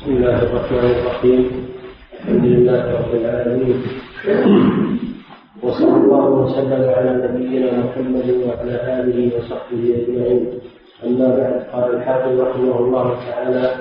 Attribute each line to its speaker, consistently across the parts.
Speaker 1: بسم الله الرحمن الرحيم. الحمد لله رب العالمين، وصلى الله وسلم على نبينا محمد وعلى آله وصحبه أجمعين. أما بعد، قال الحافظ رحمه الله تعالى: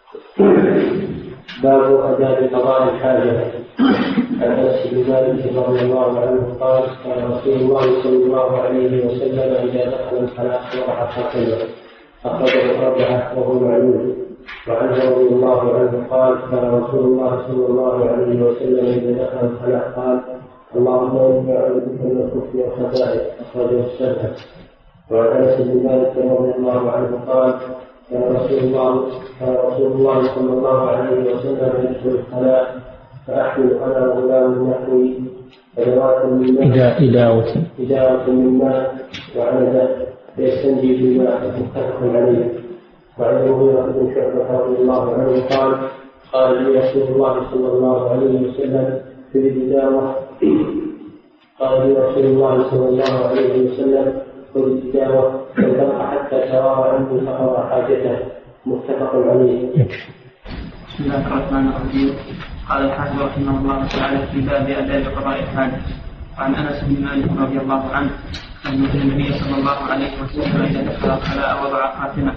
Speaker 1: باب آداب قضاء الحاجة. عن أنس بن مالك رضي الله عنه قال: قال رسول الله صلى الله عليه وسلم: إذا دخل الخلاء وضع خاتمه، أخرجه الأربعة وهو معلول. وعنه رضي الله عنه قال: قال رسول الله صلى الله عليه وسلم: إذا دخل الخلاء قال: اللهم إني أعوذ بك من الخبث والخبائث، أخرجه السبعة. وعن أنس بن مالك رضي الله عنه قال: قال رسول الله صلى الله عليه وسلم: يدخل الخلاء فأحمل أنا وغلام نحوي أدوات من ماء، إداوة من ماء وعنزة، فيستنجي بالماء، متفق عليه. وعن المغيرة بن شعبة رضي الله عنه قال لي رسول الله صلى الله عليه وسلم في الإداوة، قال لي رسول الله صلى الله عليه وسلم خذ الإداوة فانطلق حتى توارى عنه فقضى حاجته، متفق عليه.
Speaker 2: بسم الله الرحمن الرحيم. قال الحافظ رحمه الله تعالى في باب آداب قضاء الحاجة. وعن أنس بن مالك رضي الله عنه أن النبي صلى الله عليه وسلم إذا دخل الخلاء وضع خاتمه،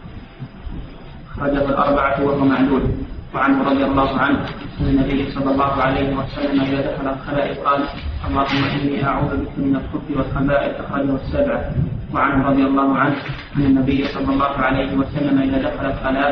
Speaker 2: أخرجه الأربعة وهو معلول. وعنه رضي الله عنه أن النبي صلى الله عليه وسلم إذا دخل الخلاء قال: اللهم إني أعوذ بك من الخبث والخبائث، أخرجه السبعة. وعنه رضي الله عنه أن النبي صلى الله عليه وسلم إذا دخل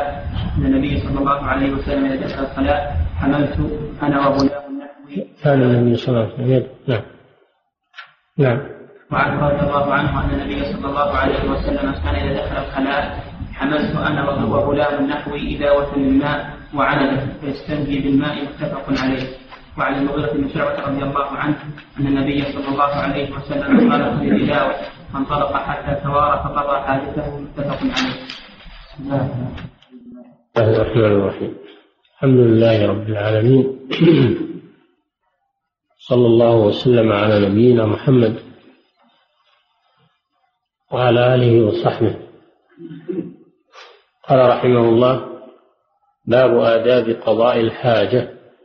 Speaker 2: الخلاء حملت أنا وغلام نحوي.
Speaker 1: كان النبي صلى الله عليه وسلم. نعم.
Speaker 2: وعنه رضي الله عنه أن النبي صلى الله عليه وسلم كان إذا دخل الخلاء حملت أنا وغلام نحوي إداوة من ماء وعنزة، فيستنجي بالماء، متفق عليه. وعن المغيرة بن شعبة رضي الله عنه أن النبي صلى الله عليه وسلم قال: خذ الإداوة، فانطلق حتى توارى فقضى حاجته، متفق عليه.
Speaker 1: بسم الله الرحمن الرحيم. الحمد لله رب العالمين، صلى الله وسلم على نبينا محمد وعلى آله وصحبه. قال رحمه الله: باب آداب قضاء الحاجة.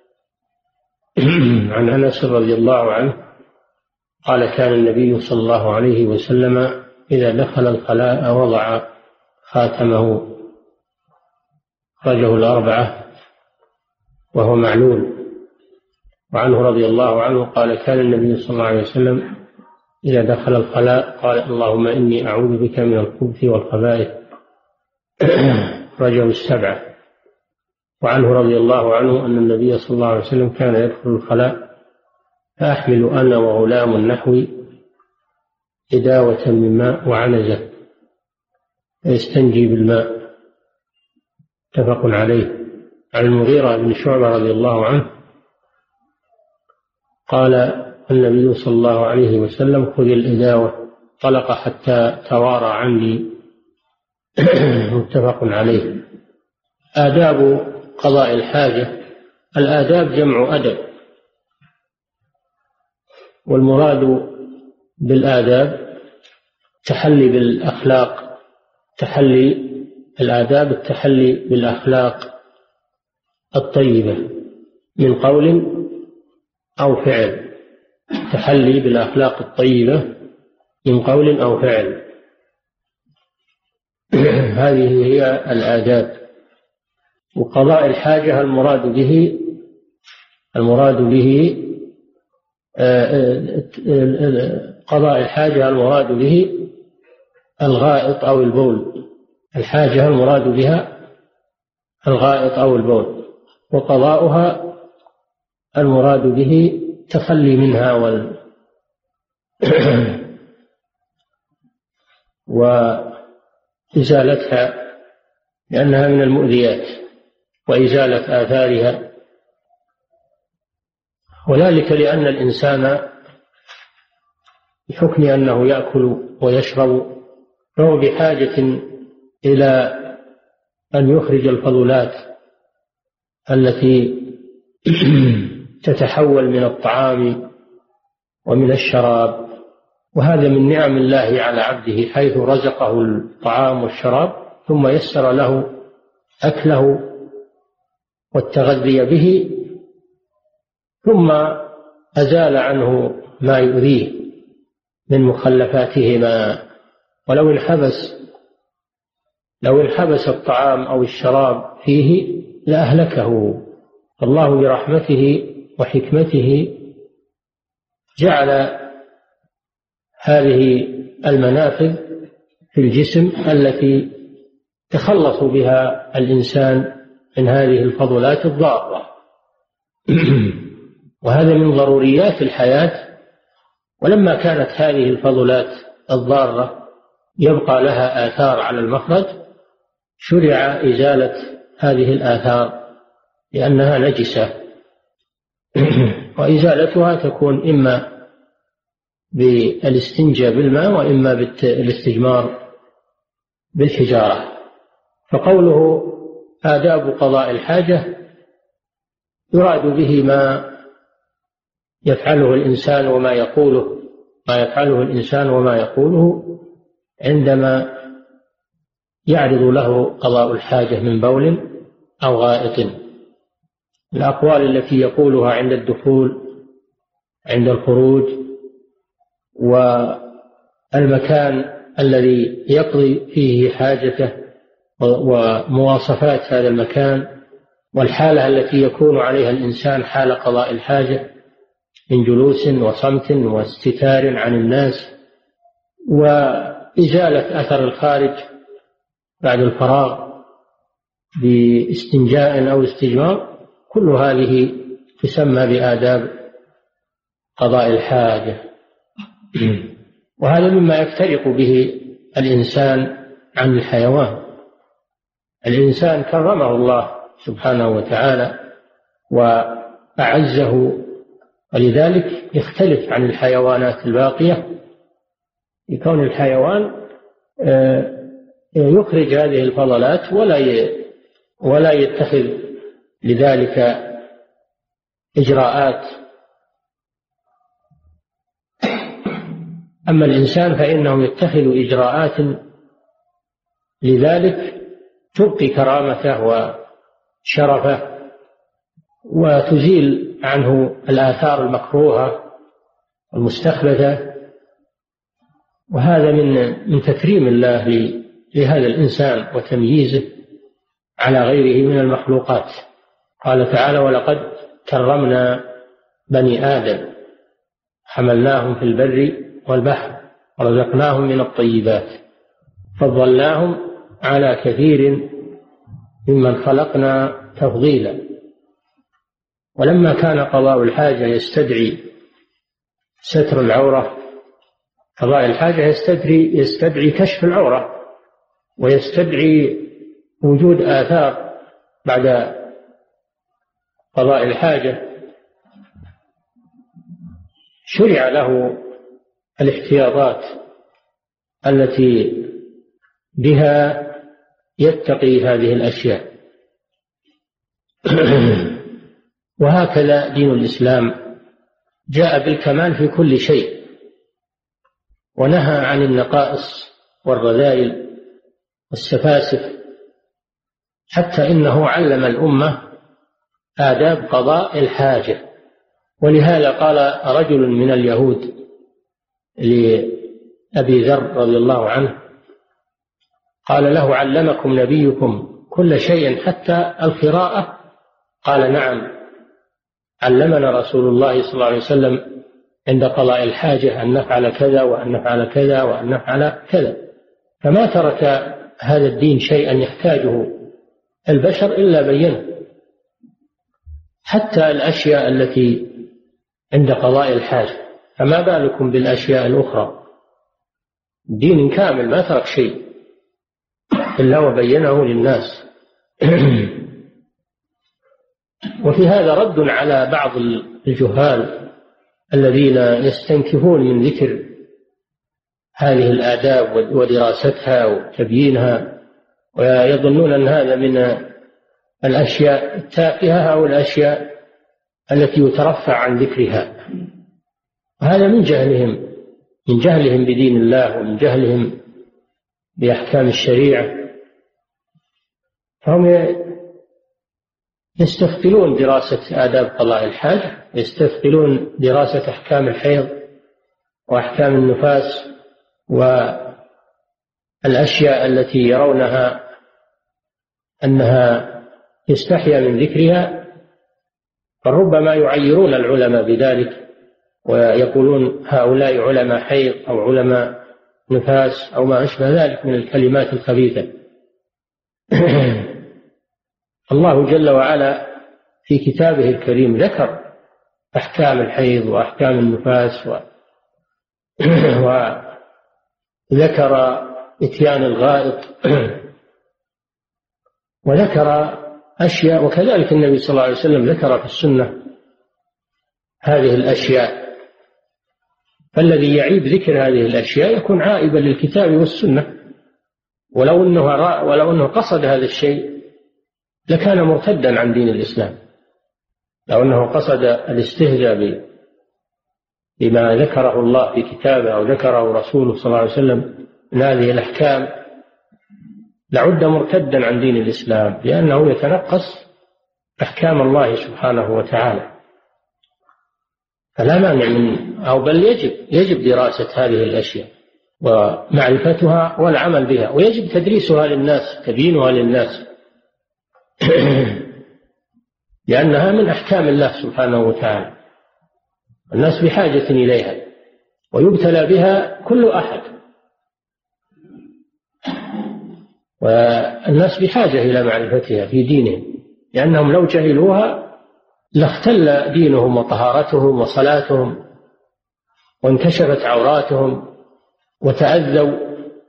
Speaker 1: عن أنس رضي الله عنه قال: كان النبي صلى الله عليه وسلم إذا دخل الخلاء وضع خاتمه، أخرجه الأربعة وهو معلول. وعنه رضي الله عنه قال: كان النبي صلى الله عليه وسلم إذا دخل الخلاء قال: اللهم إني أعوذ بك من الخبث والخبائث، أخرجه السبعة. وعنه رضي الله عنه أن النبي صلى الله عليه وسلم كان يدخل الخلاء فأحمل أنا وغلام نحوي إداوة من ماء وعنزة، فيستنجي بالماء، متفق عليه. عن المغيرة بن شعبة رضي الله عنه قال النبي صلى الله عليه وسلم: خذ الإداوة، طلق حتى توارى عني، متفق عليه. آداب قضاء الحاجة. الآداب جمع أدب، والمراد بالآداب تحلي بالأخلاق، تحلي الآداب التحلي بالأخلاق الطيبة من قول أو فعل، تحلي بالأخلاق الطيبة من قول أو فعل، هذه هي الآداب. وقضاء الحاجة المراد به قضاء الحاجة المراد به الغائط أو البول. الحاجة المراد بها الغائط أو البول، وقضاؤها المراد به تخلي منها وإزالتها، لأنها من المؤذيات، وإزالة آثارها. وذلك لأن الإنسان بحكم أنه يأكل ويشرب فهو بحاجة إلى أن يخرج الفضلات التي تتحول من الطعام ومن الشراب، وهذا من نعم الله على عبده، حيث رزقه الطعام والشراب ثم يسر له أكله والتغذي به، ثم أزال عنه ما يؤذيه من مخلفاتهما. ولو انحبس الطعام أو الشراب فيه لأهلكه. الله برحمته وحكمته جعل هذه المنافذ في الجسم التي يتخلص بها الإنسان من هذه الفضلات الضارة. وهذا من ضروريات الحياة. ولما كانت هذه الفضلات الضارة يبقى لها آثار على المخرج، شرع إزالة هذه الآثار لأنها نجسة، وإزالتها تكون إما بالاستنجاء بالماء وإما بالاستجمار بالحجارة. فقوله آداب قضاء الحاجة يراد به ما يفعله الإنسان وما يقوله عندما يعرض له قضاء الحاجة من بول أو غائط. الأقوال التي يقولها عند الدخول، عند الخروج، والمكان الذي يقضي فيه حاجته، ومواصفات هذا المكان، والحالة التي يكون عليها الإنسان حال قضاء الحاجة من جلوس وصمت واستتار عن الناس، وإزالة أثر الخارج بعد الفراغ باستنجاء أو استجمار، كل هذه تسمى بآداب قضاء الحاجة. وهذا مما يفترق به الإنسان عن الحيوان. الإنسان كرمه الله سبحانه وتعالى وأعزه، ولذلك يختلف عن الحيوانات الباقية، يكون الحيوان يخرج هذه الفضلات ولا يتخذ لذلك إجراءات. أما الإنسان فإنه يتخذ إجراءات لذلك تبقي كرامته وشرفه وتزيل عنه الآثار المكروهة المستخبثة. وهذا من تكريم الله لهذا الإنسان وتمييزه على غيره من المخلوقات. قال تعالى: ولقد كرمنا بني آدم حملناهم في البر والبحر ورزقناهم من الطيبات فضلناهم على كثير ممن خلقنا تفضيلا. ولما كان قضاء الحاجة يستدعي ستر العورة، قضاء الحاجة يستدعي كشف العورة، ويستدعي وجود آثار بعد قضاء الحاجة، شرع له الاحتياطات التي بها يتقي هذه الأشياء. وهكذا دين الإسلام جاء بالكمال في كل شيء، ونهى عن النقائص والرذائل والسفاسف، حتى إنه علم الأمة آداب قضاء الحاجة. ولهذا قال رجل من اليهود لأبي ذر رضي الله عنه، قال له: علمكم نبيكم كل شيء حتى القراءة؟ قال: نعم، علمنا رسول الله صلى الله عليه وسلم عند قضاء الحاجة أن نفعل كذا وأن نفعل كذا وأن نفعل كذا. فما ترك هذا الدين شيئا يحتاجه البشر إلا بينه، حتى الأشياء التي عند قضاء الحاجة، فما بالكم بالأشياء الأخرى. دين كامل ما ترك شيء إلا وبينه للناس. وفي هذا رد على بعض الجهال الذين يستنكفون من ذكر هذه الآداب ودراستها وتبيينها، ويظنون أن هذا من الأشياء التافهة أو الأشياء التي يترفع عن ذكرها. وهذا من جهلهم بدين الله ومن جهلهم بأحكام الشريعة. فهم يستثقلون دراسة آداب قضاء الحاجة، يستثقلون دراسة أحكام الحيض وأحكام النفاس والأشياء التي يرونها أنها يستحيا من ذكرها، فربما يعيرون العلماء بذلك ويقولون هؤلاء علماء حيض أو علماء نفاس أو ما أشبه ذلك من الكلمات الخبيثة. الله جل وعلا في كتابه الكريم ذكر أحكام الحيض وأحكام النفاس وذكر إتيان الغائط وذكر أشياء، وكذلك النبي صلى الله عليه وسلم ذكر في السنة هذه الأشياء. فالذي يعيب ذكر هذه الأشياء يكون عائبا للكتاب والسنة، ولو أنه قصد هذا الشيء لكان مرتدا عن دين الإسلام. لو أنه قصد الاستهزاء بما ذكره الله في كتابه أو ذكره رسوله صلى الله عليه وسلم من هذه الأحكام لعد مرتدا عن دين الإسلام، لأنه يتنقص أحكام الله سبحانه وتعالى. فلا مانع من أو بل يجب دراسة هذه الأشياء ومعرفتها والعمل بها، ويجب تدريسها للناس، تبيينها للناس، لأنها من أحكام الله سبحانه وتعالى، الناس بحاجة إليها ويبتلى بها كل أحد، والناس بحاجة إلى معرفتها في دينهم، لأنهم لو جهلوها لاختل دينهم وطهارتهم وصلاتهم وانكشفت عوراتهم وتأذوا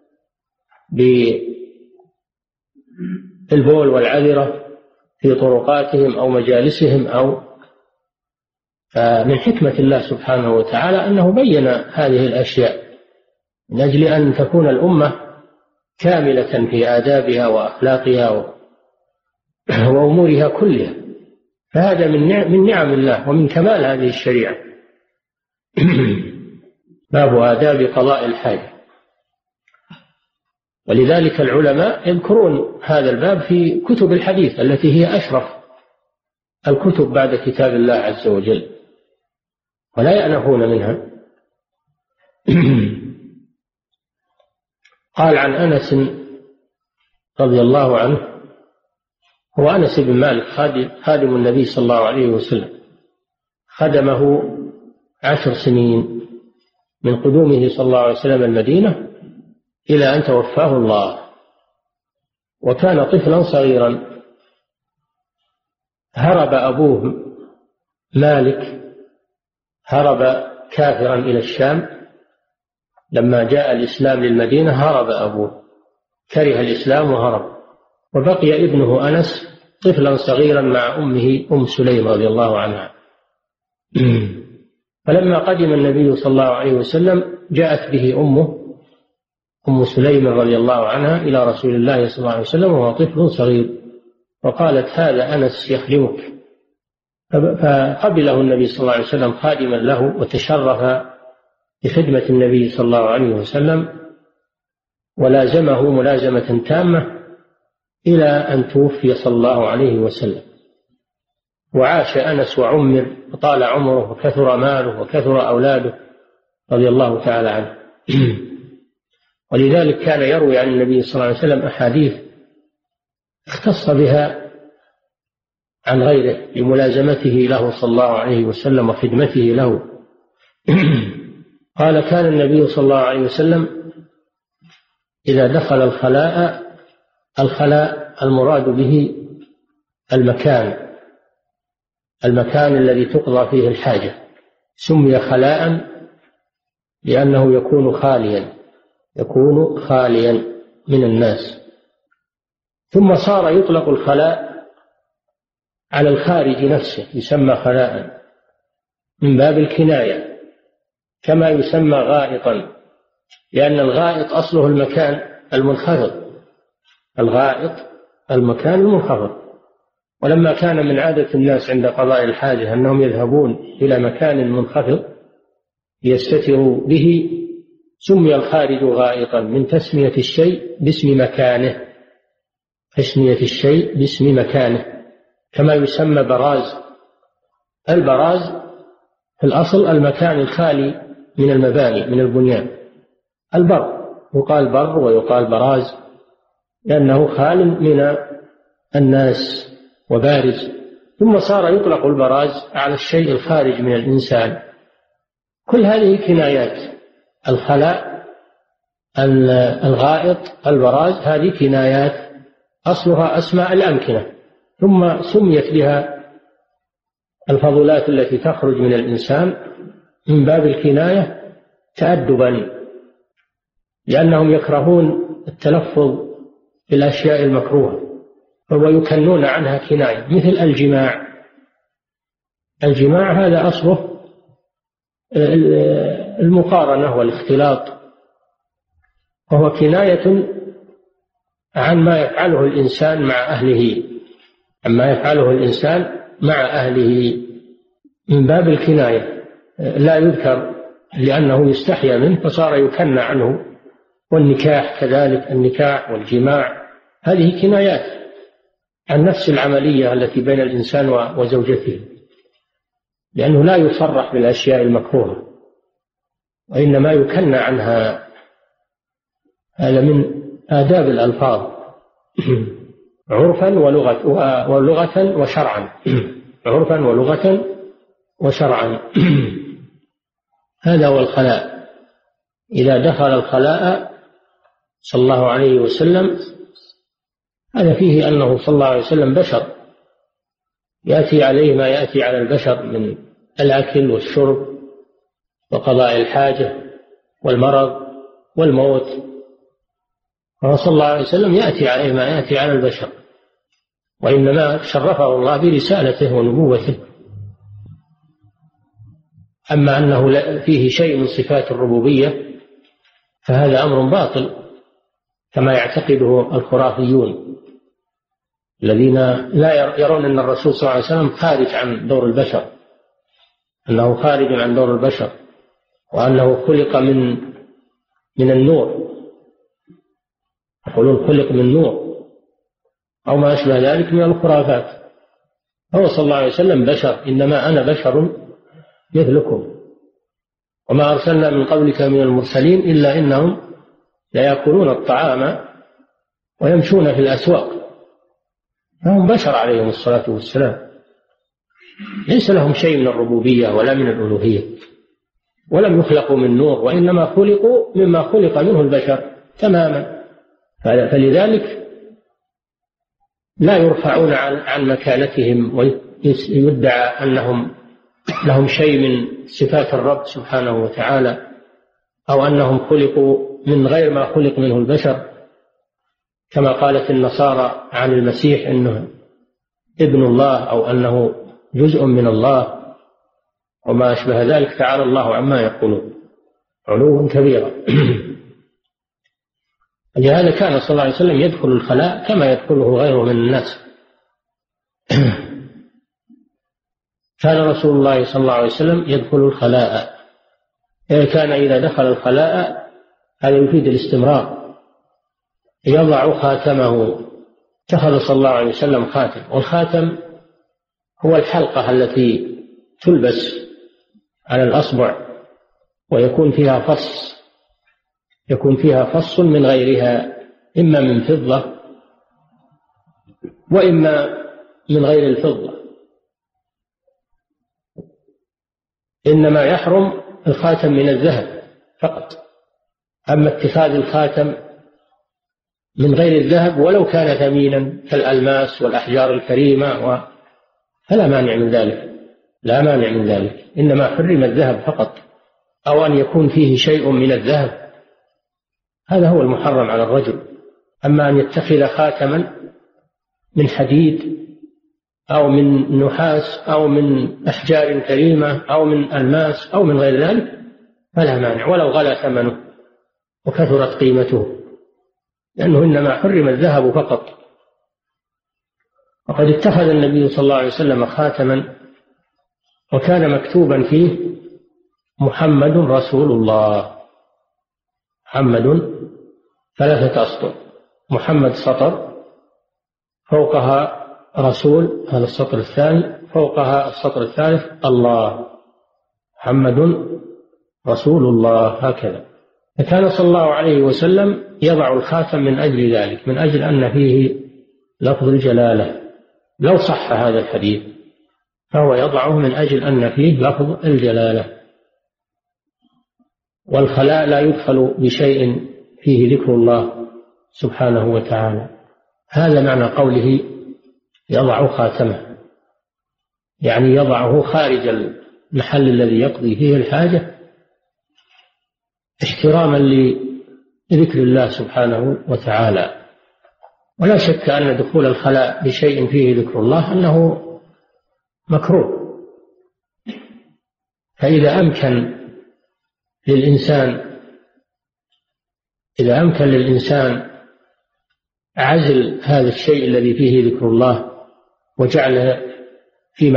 Speaker 1: بالبول والعذرة في طرقاتهم أو مجالسهم أو فمن حكمة الله سبحانه وتعالى أنه بين هذه الأشياء من أجل أن تكون الأمة كاملة في آدابها وأخلاقها وأمورها كلها. فهذا من نعم الله ومن كمال هذه الشريعة. باب آداب قضاء الحاجة. ولذلك العلماء يذكرون هذا الباب في كتب الحديث التي هي أشرف الكتب بعد كتاب الله عز وجل، ولا يأنفون منها. قال عن أنس رضي الله عنه، هو أنس بن مالك خادم النبي صلى الله عليه وسلم، خدمه 10 سنين من قدومه صلى الله عليه وسلم المدينة إلى أن توفاه الله، وكان طفلا صغيرا. هرب أبوه مالك، هرب كافرا إلى الشام. لما جاء الإسلام للمدينة هرب أبوه، كره الإسلام وهرب، وبقي ابنه أنس طفلا صغيرا مع أمه أم سليم رضي الله عنها. فلما قدم النبي صلى الله عليه وسلم جاءت به أمه أم سليم رضي الله عنها إلى رسول الله صلى الله عليه وسلم وهو طفل صغير، وقالت هذا أنس يخدمك. فقبله النبي صلى الله عليه وسلم خادما له، وتشرف بخدمة النبي صلى الله عليه وسلم، ولازمه ملازمة تامة إلى أن توفي صلى الله عليه وسلم. وعاش أنس وعمر وطال عمره وكثر ماله وكثر أولاده رضي الله تعالى عنه. ولذلك كان يروي عن النبي صلى الله عليه وسلم أحاديث اختص بها عن غيره لملازمته له صلى الله عليه وسلم وخدمته له. قال كان النبي صلى الله عليه وسلم إذا دخل الخلاء المراد به المكان الذي تقضى فيه الحاجة، سمي خلاء لأنه يكون خاليا من الناس. ثم صار يطلق الخلاء على الخارج نفسه، يسمى خلاء من باب الكناية، كما يسمى غائطا، لأن الغائط أصله المكان المنخفض، الغائط المكان المنخفض. ولما كان من عادة الناس عند قضاء الحاجة أنهم يذهبون إلى مكان منخفض ليستتروا به، سمي الخارج غائطا من تسمية الشيء باسم مكانه، كما يسمى براز. البراز في الأصل المكان الخالي من المباني من البنيان. البر يقال بر ويقال براز لأنه خال من الناس وبارز، ثم صار يطلق البراز على الشيء الخارج من الإنسان. كل هذه كنايات. الخلاء، الغائط، البراز، هذه كنايات أصلها أسماء الأمكنة، ثم سميت بها الفضلات التي تخرج من الإنسان من باب الكناية تأدبا، لأنهم يكرهون التلفظ بالأشياء المكروهة ويكنون عنها كناية، مثل الجماع. الجماع هذا أصله المقارنة والاختلاط، وهو كناية عن ما يفعله الإنسان مع أهله، عما يفعله الإنسان مع أهله من باب الكناية، لا يذكر لأنه يستحيا منه فصار يكنى عنه. والنكاح كذلك، النكاح والجماع هذه كنايات عن نفس العملية التي بين الإنسان وزوجته، لأنه لا يصرح بالأشياء المكروهة وإنما يكنى عنها. هذا من آداب الألفاظ عرفا ولغة وشرعا. عرفا ولغة وشرعا. هذا هو الخلاء. إذا دخل الخلاء صلى الله عليه وسلم هذا فيه أنه صلى الله عليه وسلم بشر، يأتي عليه ما يأتي على البشر من الأكل والشرب وقضاء الحاجة والمرض والموت، صلى الله عليه وسلم يأتي عليه ما يأتي على البشر، وإنما شرفه الله برسالته ونبوته. أما أنه فيه شيء من صفات الربوبية فهذا أمر باطل كما يعتقده الخرافيون الذين لا يرون أن الرسول صلى الله عليه وسلم خارج عن دور البشر، أنه خارج عن دور البشر، وأنه خلق من النور، يقولون خلق من نور أو ما أشبه ذلك من الخرافات. هو صلى الله عليه وسلم بشر، إنما أنا بشر مثلكم وما أرسلنا من قبلك من المرسلين إلا إنهم ليأكلون الطعام ويمشون في الأسواق، فهم بشر عليهم الصلاة والسلام، ليس لهم شيء من الربوبية ولا من الألوهية، ولم يخلقوا من نور، وإنما خلقوا مما خلق منه البشر تماما. فلذلك لا يرفعون عن مكانتهم ويدعى أنهم لهم شيء من صفات الرب سبحانه وتعالى، أو أنهم خلقوا من غير ما خلق منه البشر، كما قالت النصارى عن المسيح إنه ابن الله أو أنه جزء من الله وما أشبه ذلك. تعالى الله عما يقولون علوا كبيرا. لهذا كان صلى الله عليه وسلم يدخل الخلاء كما يدخله غيره من الناس. كان رسول الله صلى الله عليه وسلم يدخل الخلاء، كان إذا دخل الخلاء هذا يفيد الاستمرار، يضع خاتمه. اتخذ صلى الله عليه وسلم خاتم، والخاتم هو الحلقة التي تلبس على الأصبع ويكون فيها فص من غيرها، إما من فضة وإما من غير الفضة. إنما يحرم الخاتم من الذهب فقط، أما اتخاذ الخاتم من غير الذهب ولو كان ثمينا كالألماس والأحجار الكريمة فلا مانع من ذلك، لا مانع من ذلك، إنما حرم الذهب فقط، أو أن يكون فيه شيء من الذهب، هذا هو المحرم على الرجل. أما أن يتخذ خاتما من حديد أو من نحاس أو من أحجار كريمة أو من ألماس أو من غير ذلك فلا مانع، ولو غلا ثمنه وكثرت قيمته، لأنه إنما حرم الذهب فقط. وقد اتخذ النبي صلى الله عليه وسلم خاتما وكان مكتوبا فيه محمد رسول الله. محمد 3 أسطر، محمد سطر فوقها رسول، هذا السطر الثاني، فوقها السطر الثالث الله، محمد رسول الله، هكذا. فكان صلى الله عليه وسلم يضع الخاتم من أجل ذلك، من أجل أن فيه لفظ الجلالة. لو صح هذا الحديث فهو يضعه من أجل أن فيه لفظ الجلالة. والخلاء لا يدخل بشيء فيه ذكر الله سبحانه وتعالى. هذا معنى قوله يضع خاتمه، يعني يضعه خارج المحل الذي يقضي فيه الحاجة احتراما لذكر الله سبحانه وتعالى. ولا شك أن دخول الخلاء بشيء فيه ذكر الله أنه مكروه. فإذا أمكن للإنسان عزل هذا الشيء الذي فيه ذكر الله وجعله في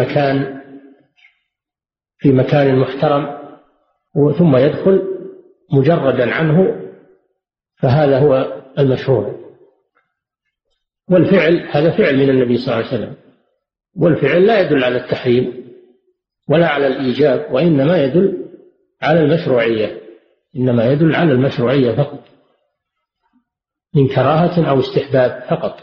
Speaker 1: مكان محترم ثم يدخل مجردا عنه، فهذا هو المشروع. والفعل هذا فعل من النبي صلى الله عليه وسلم، والفعل لا يدل على التحريم ولا على الإيجاب، وإنما يدل على المشروعية، إنما يدل على المشروعية فقط، من كراهة أو استحباب فقط.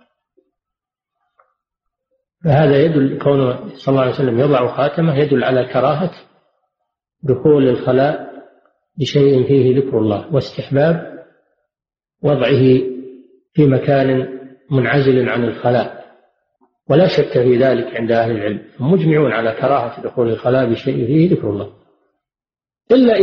Speaker 1: فهذا يدل، كونه صلى الله عليه وسلم يضع خاتمه يدل على كراهة دخول الخلاء بشيء فيه ذكر الله، واستحباب وضعه في مكان منعزل عن الخلاء. ولا شك في ذلك عند أهل العلم، مجمعون على كراهة دخول الخلاء بشيء فيه ذكر الله، إلا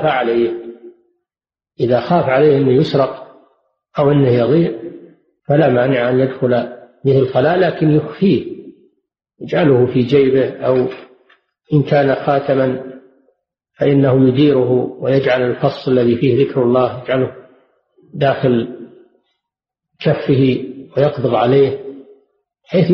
Speaker 1: إذا خاف عليه أنه يسرق أو أنه يضيع، فلا مانع أن يدخل به الخلاء، لكن يخفيه، يجعله في جيبه، أو إن كان خاتما فإنه يديره ويجعل الفص الذي فيه ذكر الله يجعله داخل كفه ويقبض عليه حيث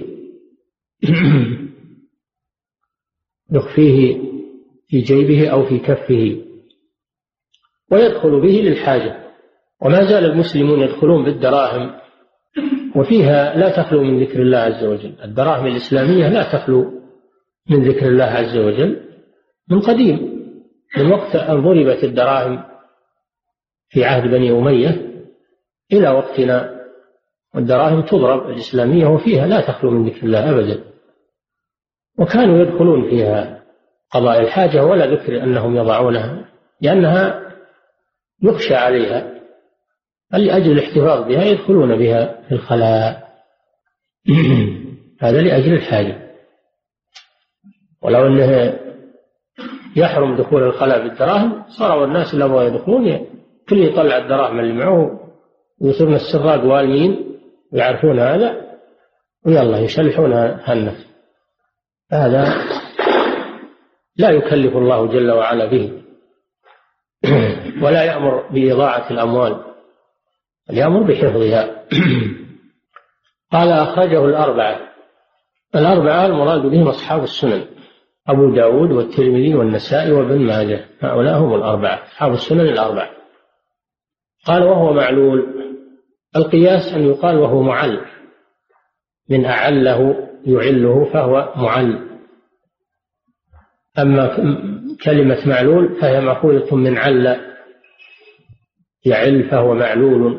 Speaker 1: يخفيه في جيبه أو في كفه، ويدخل به للحاجة. وما زال المسلمون يدخلون بالدراهم، وفيها لا تخلو من ذكر الله عز وجل. الدراهم الإسلامية لا تخلو من ذكر الله عز وجل من قديم، من وقت أن ضربت الدراهم في عهد بني أمية إلى وقتنا، والدراهم تضرب الإسلامية وفيها لا تخلو من ذكر الله أبدا. وكانوا يدخلون فيها قضاء الحاجة ولا ذكر أنهم يضعونها، لأنها يخشى عليها، لأجل الاحتفاظ بها يدخلون بها في الخلاء. هذا لأجل الحاجة. ولو أنه يحرم دخول الخلاء بالدراهم صاروا الناس اللي يبغوا يدخلون كل يطلع الدراهم اللي معه، ويصيرون السراق والمين ويعرفون هذا ويلا يشلحون هالنفس. هذا لا يكلف الله جل وعلا به، ولا يأمر بإضاعة الأموال، بل يأمر بحفظها. قال أخرجه الأربعة المراد بهم أصحاب السنن، أبو داود والترمذي والنسائي وابن ماجه، هؤلاء هم الأربعة أصحاب السنن الأربعة. قال وهو معلول. القياس أن يقال وهو معل، من أعله يعله فهو معل. أما كلمة معلول فهي مأخوذة من عل يعل فهو معلول،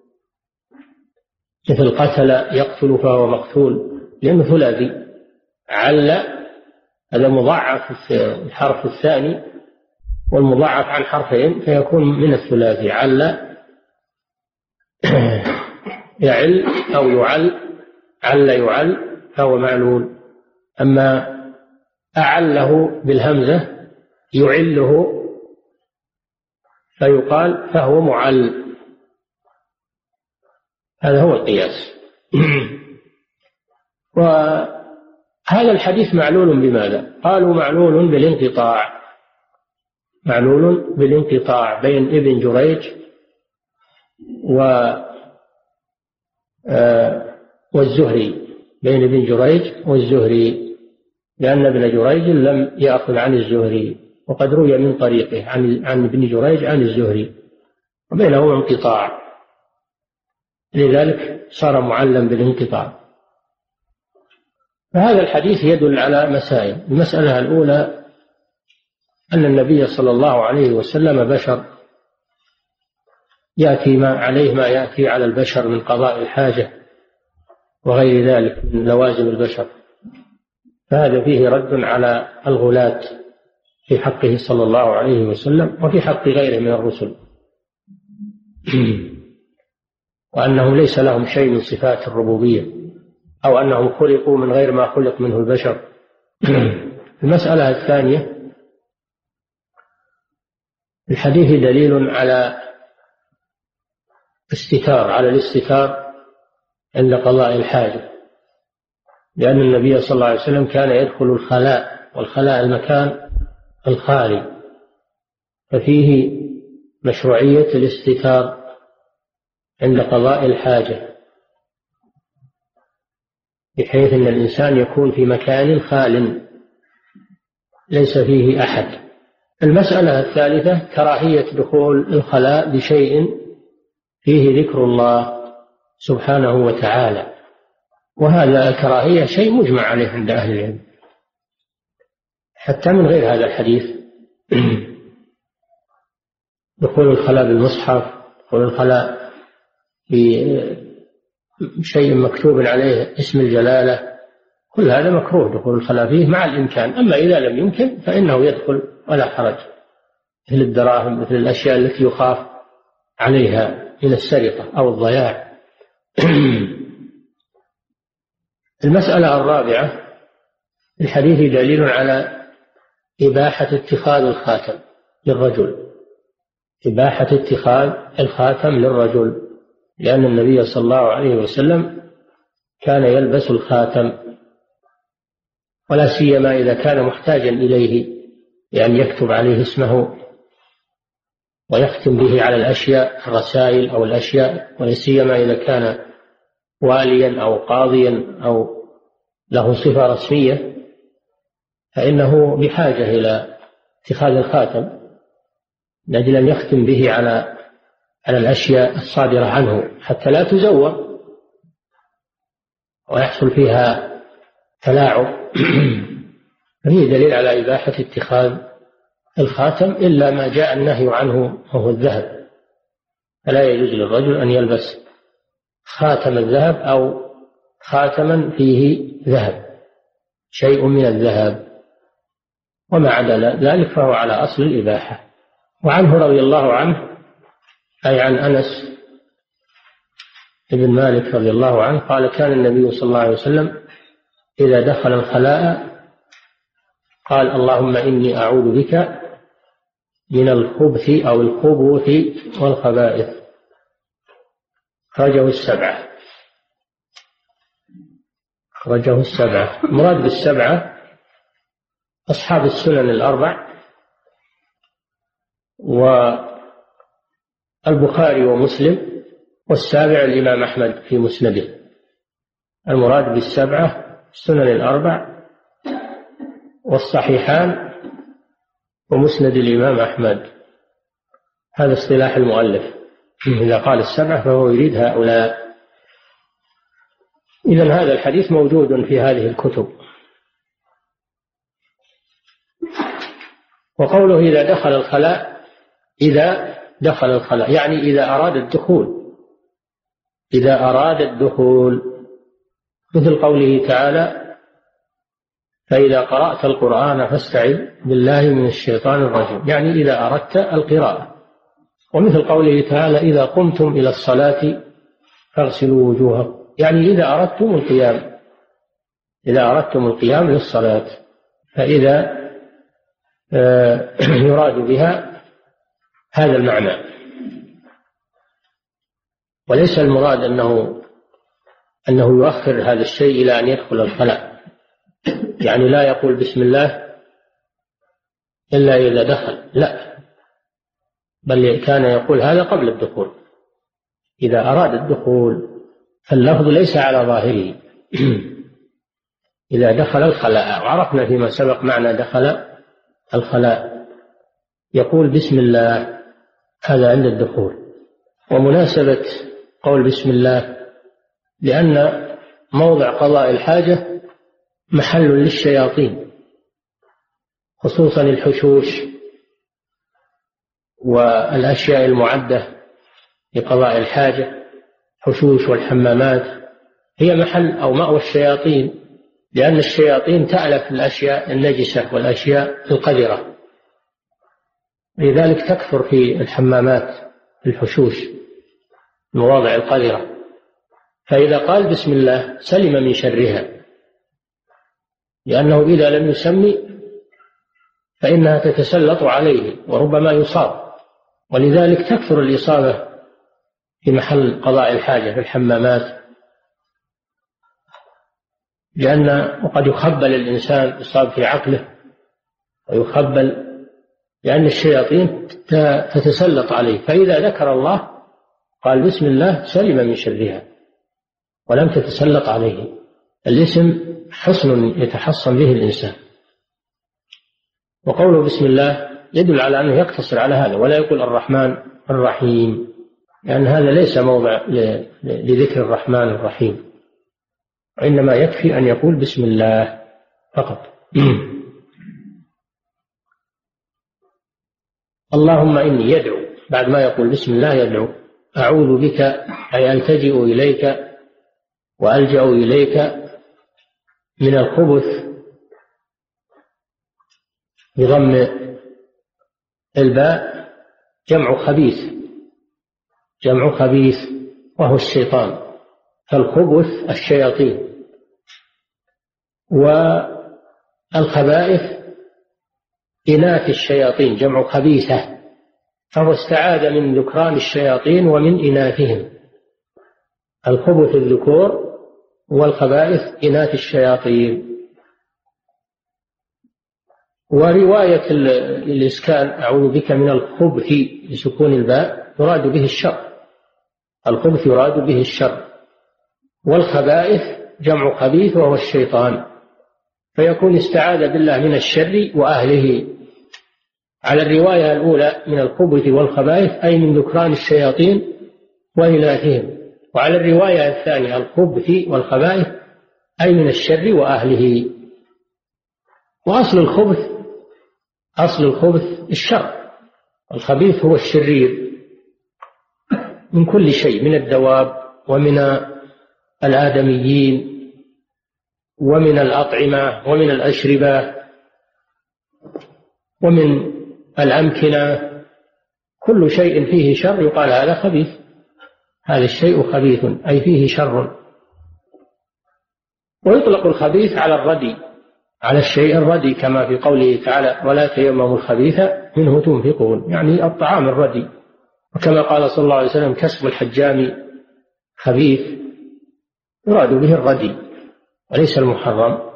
Speaker 1: مثل قتل يقتل فهو مقتول، لأنه ثلاثي. عل هذا مضاعف في الحرف الثاني، والمضاعف عن حرفين فيكون من الثلاثي. عل يعل أو يعل، عل يعل فهو معلول. أما أعله بالهمزة يعله فيقال فهو معل. هذا هو القياس. وهذا الحديث معلول بماذا؟ قالوا معلول بالانقطاع، معلول بالانقطاع بين ابن جريج والزهري، بين ابن جريج والزهري، لأن ابن جريج لم يأخذ عن الزهري، وقد روي من طريقه عن ابن جريج عن الزهري، وبينهما انقطاع، لذلك صار معلم بالانقطاع. فهذا الحديث يدل على مسائل. المسألة الأولى أن النبي صلى الله عليه وسلم بشر، يأتي ما يأتي على البشر من قضاء الحاجة وغير ذلك من لوازم البشر، فهذا فيه رد على الغلاة في حقه صلى الله عليه وسلم وفي حق غيره من الرسل، وأنهم ليس لهم شيء من صفات الربوبية، أو أنهم خلقوا من غير ما خلق منه البشر. المسألة الثانية، الحديث دليل على الاستتار عند قضاء الحاجة، لأن النبي صلى الله عليه وسلم كان يدخل الخلاء، والخلاء المكان الخالي، ففيه مشروعية الاستتار عند قضاء الحاجة، بحيث أن الإنسان يكون في مكان خال ليس فيه أحد. المسألة الثالثة كراهية دخول الخلاء بشيء فيه ذكر الله سبحانه وتعالى، وهذا الكراهية شيء مجمع عليه عند أهل العلم حتى من غير هذا الحديث. دخول الخلاء بالمصحف، دخول الخلاء بشيء مكتوب عليه اسم الجلالة، كل هذا مكروه دخول الخلاء فيه مع الإمكان. أما إذا لم يمكن فإنه يدخل ولا حرج، مثل الدراهم، مثل الأشياء التي يخاف عليها من السرقة أو الضياع. المسألة الرابعة، الحديث دليل على إباحة اتخاذ الخاتم للرجل، إباحة اتخاذ الخاتم للرجل، لأن النبي صلى الله عليه وسلم كان يلبس الخاتم، ولا سيما إذا كان محتاجا إليه، يعني يكتب عليه اسمه ويختم به على الأشياء، الرسائل أو الأشياء، ولا سيما إذا كان واليا أو قاضيا أو له صفة رسمية، فإنه بحاجة إلى اتخاذ الخاتم لأجل أن يختم به على الأشياء الصادرة عنه حتى لا تزور ويحصل فيها تلاعب. فيه دليل على إباحة اتخاذ الخاتم، إلا ما جاء النهي عنه وهو الذهب، فلا يجوز للرجل أن يلبس خاتم الذهب أو خاتما فيه ذهب، شيء من الذهب، وما عدا ذلك فهو على أصل الإباحة. وعنه رضي الله عنه، أي عن أنس بن مالك رضي الله عنه قال: كان النبي صلى الله عليه وسلم إذا دخل الخلاء قال: اللهم إني أعوذ بك من الخبث أو الخبث والخبائث. أخرجه السبعة. مراد بالسبعة أصحاب السنن الأربع والبخاري ومسلم، والسابع الإمام أحمد في مسنده. المراد بالسبعة السنن الأربع والصحيحان ومسند الإمام أحمد، هذا اصطلاح المؤلف، إذا قال السبعة فهو يريد هؤلاء. إذن هذا الحديث موجود في هذه الكتب. وقوله إذا دخل الخلاء يعني إذا أراد الدخول، مثل قوله تعالى: فإذا قرأت القرآن فاستعذ بالله من الشيطان الرجيم، يعني إذا أردت القراءة. ومثل قوله تعالى: إذا قمتم إلى الصلاة فاغسلوا وجوهكم، يعني إذا أردتم القيام للصلاة، فإذا يراد بها هذا المعنى، وليس المراد أنه يؤخر هذا الشيء إلى أن يدخل الخلاء، يعني لا يقول بسم الله إلا إذا دخل، لا، بل كان يقول هذا قبل الدخول إذا أراد الدخول، فاللفظ ليس على ظاهره. إذا دخل الخلاء، وعرفنا فيما سبق معنى دخل الخلاء، يقول بسم الله، هذا عند الدخول. ومناسبة قول بسم الله لأن موضع قضاء الحاجة محل للشياطين، خصوصا الحشوش والأشياء المعدة لقضاء الحاجة. حشوش والحمامات هي محل أو مأوى الشياطين، لأن الشياطين تألف الأشياء النجسة والأشياء القذرة، لذلك تكثر في الحمامات الحشوش، المواضع القذرة. فإذا قال بسم الله سلم من شرها، لأنه إذا لم يسمي فإنها تتسلط عليه وربما يصاب، ولذلك تكثر الإصابة في محل قضاء الحاجة في الحمامات، وقد يخبل الإنسان، يصاب في عقله ويخبل، لأن الشياطين تتسلط عليه. فإذا ذكر الله قال بسم الله سلم من شرها ولم تتسلط عليه. الاسم حصن يتحصن به الإنسان، وقوله بسم الله يدل على أنه يقتصر على هذا، ولا يقول الرحمن الرحيم، لأن هذا ليس موضع لذكر الرحمن الرحيم، وإنما يكفي أن يقول بسم الله فقط. اللهم إني يدعو، بعد ما يقول بسم الله يدعو: أعوذ بك، أي ألتجئ إليك وألجأ إليك من الخبث بضم الباء، جمع خبيث وهو الشيطان، فالخبث الشياطين، والخبائث إناث الشياطين، جمع خبيثة، فهو استعاذ من ذكران الشياطين ومن إناثهم. الخبث الذكور والخبائث إناث الشياطين. ورواية الإسكان أعوذ بك من الخبث بسكون الباء يراد به الشر، الخبث يراد به الشر، والخبائث جمع خبيث وهو الشيطان، فيكون استعاذ بالله من الشر وأهله. على الرواية الأولى من الخبث والخبائث أي من ذكران الشياطين وإناثهم، وعلى الرواية الثانية الخبث والخبائث أي من الشر وأهله. وأصل الخبث الشر، الخبيث هو الشرير من كل شيء، من الدواب ومن الآدميين ومن الأطعمة ومن الأشربة ومن الأمكنة، كل شيء فيه شر يقال هذا خبيث، هذا الشيء خبيث أي فيه شر. ويطلق الخبيث على الردي، على الشيء الردي، كما في قوله تعالى: ولا تيمموا الخبيث منه تنفقون، يعني الطعام الردي. وكما قال صلى الله عليه وسلم: كسب الحجام خبيث، يراد به الردي وليس المحرم.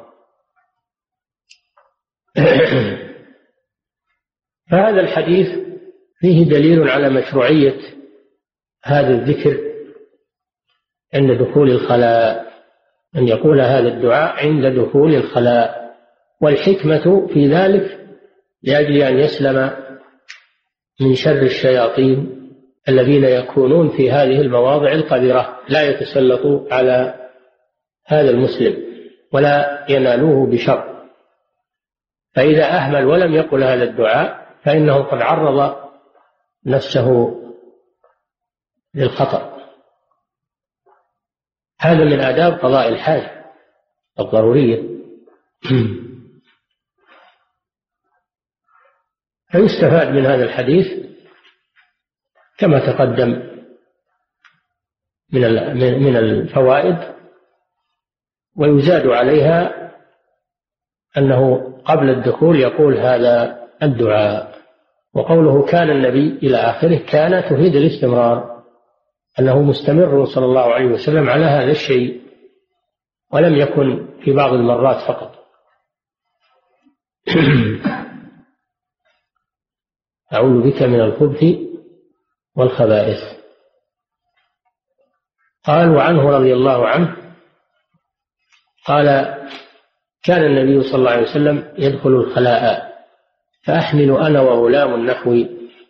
Speaker 1: فهذا الحديث فيه دليل على مشروعية هذا الذكر عند دخول الخلاء، أن يقول هذا الدعاء عند دخول الخلاء، والحكمة في ذلك لأجل أن يسلم من شر الشياطين الذين يكونون في هذه المواضع القذرة، لا يتسلطوا على هذا المسلم ولا ينالوه بشر. فإذا أهمل ولم يقل هذا الدعاء فإنه قد عرض نفسه للخطر. هذا من آداب قضاء الحاجة الضرورية. فيستفاد من هذا الحديث كما تقدم من الفوائد، ويزاد عليها أنه قبل الدخول يقول هذا الدعاء. وقوله كان النبي إلى آخره، كان تفيد الاستمرار، أنه مستمر صلى الله عليه وسلم على هذا الشيء، ولم يكن في بعض المرات فقط. أعوذ بك من الخبث والخبائث. قال: وعنه رضي الله عنه قال: كان النبي صلى الله عليه وسلم يدخل الخلاء فأحمل أنا وغلام نحوي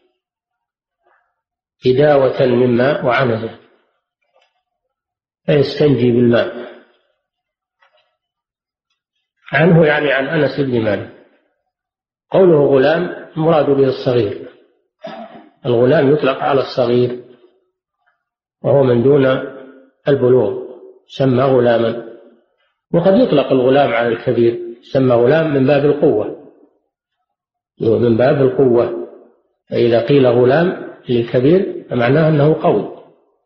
Speaker 1: إداوة من ماء وعنزة فيستنجي بالماء، عنه يعني عن أنس بن مالك. قوله غلام مراد به الصغير. الغلام يطلق على الصغير وهو من دون البلوغ سمى غلاما، وقد يطلق الغلام على الكبير سمى غلام من باب القوة، من باب القوة. فإذا قيل غلام للكبير فمعناه أنه قوي.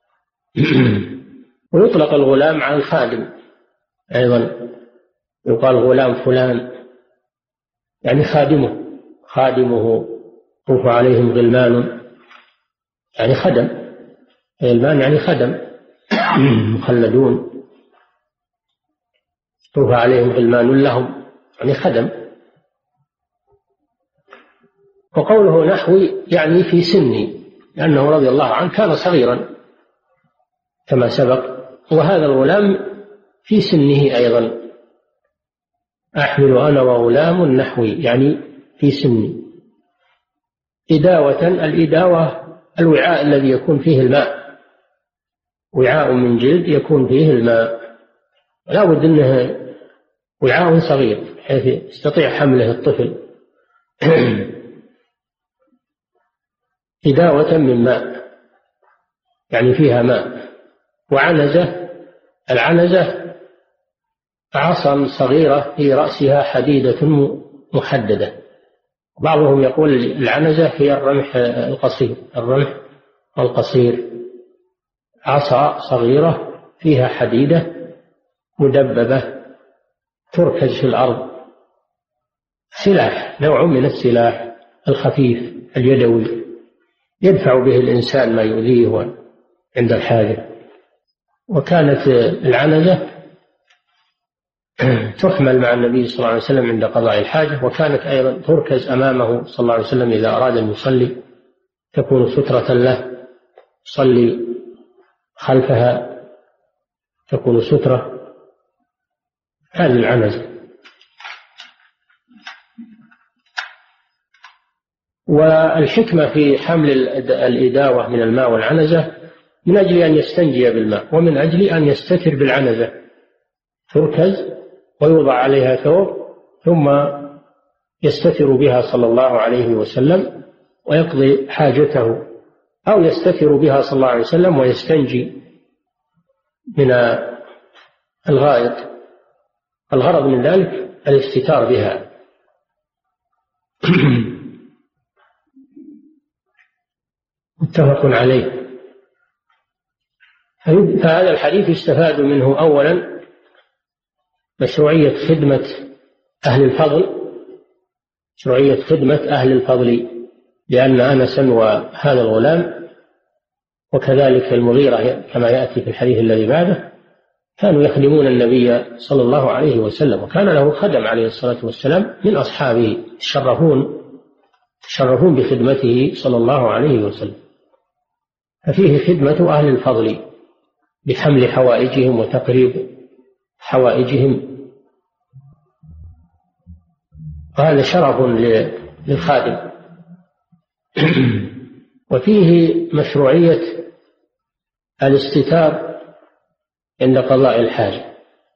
Speaker 1: ويطلق الغلام على الخادم أيضا، يقال غلام فلان يعني خادمه طوف عليهم غلمان يعني خدم، غلمان يعني خدم مخلدون، طوف عليهم غلمان لهم يعني خدم. وقوله نحوي يعني في سني، لأنه رضي الله عنه كان صغيرا كما سبق، وهذا الغلام في سنه أيضا. أحمل أنا وغلام نحوي يعني في سني. إداوة، الإداوة الوعاء الذي يكون فيه الماء، وعاء من جلد يكون فيه الماء، لا بد أنه وعاء صغير بحيث يستطيع حمله الطفل. إداوة من ماء يعني فيها ماء. وعنزة، العنزة عصا صغيرة في رأسها حديدة محددة. بعضهم يقول العنزة هي الرمح القصير، الرمح القصير، عصا صغيرة فيها حديدة مدببة تركز في الأرض، سلاح، نوع من السلاح الخفيف اليدوي يدفع به الإنسان ما يؤذيه عند الحاجة. وكانت العنزة تحمل مع النبي صلى الله عليه وسلم عند قضاء الحاجة، وكانت أيضا تركز أمامه صلى الله عليه وسلم إذا أراد أن يصلي، تكون سترة له، يصلي خلفها تكون سترة. هذه العنزة. والحكمة في حمل الإداوة من الماء والعنزة من أجل أن يستنجي بالماء، ومن أجل أن يستتر بالعنزة، تركز ويوضع عليها ثوب ثم يستتر بها صلى الله عليه وسلم ويقضي حاجته، أو يستتر بها صلى الله عليه وسلم ويستنجي من الغائط. الغرض من ذلك الاستتار بها. متفق عليه. فهذا الحديث يستفاد منه أولا مشروعية خدمة أهل الفضل، مشروعية خدمة أهل الفضل، لأن أنسا وهذا الغلام وكذلك المغيرة كما يأتي في الحديث الذي بعده كانوا يخدمون النبي صلى الله عليه وسلم، وكان له خدم عليه الصلاة والسلام من أصحابه يشرفون بخدمته صلى الله عليه وسلم. ففيه خدمة أهل الفضل بحمل حوائجهم وتقريب حوائجهم، وهذا شرف للخادم. وفيه مشروعية الاستتار عند قضاء الحاجة،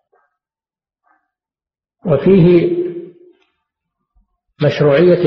Speaker 1: وفيه مشروعية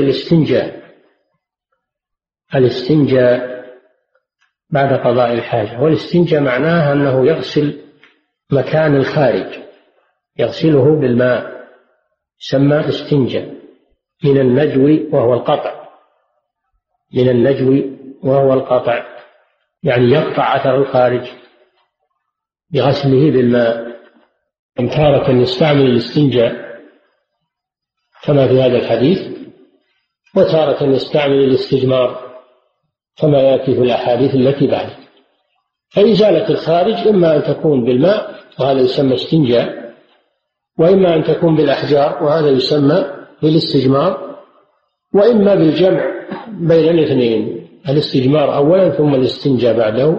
Speaker 1: الاستنجاء بعد قضاء الحاجة. والاستنجاء معناه أنه يغسل مكان الخارج، يغسله بالماء، يسمى استنجاء. من النجو وهو القطع، من النجو وهو القطع يعني يقطع أثر الخارج بغسله بالماء. تارة يستعمل الاستنجاء كما في هذا الحديث، وتارة يستعمل الاستجمار كما يأتي في الأحاديث التي بعده. فإزالة الخارج إما أن تكون بالماء وهذا يسمى استنجاء، وإما أن تكون بالأحجار وهذا يسمى بالاستجمار، وإما بالجمع بين الاثنين، الاستجمار أولا ثم الاستنجاء بعده.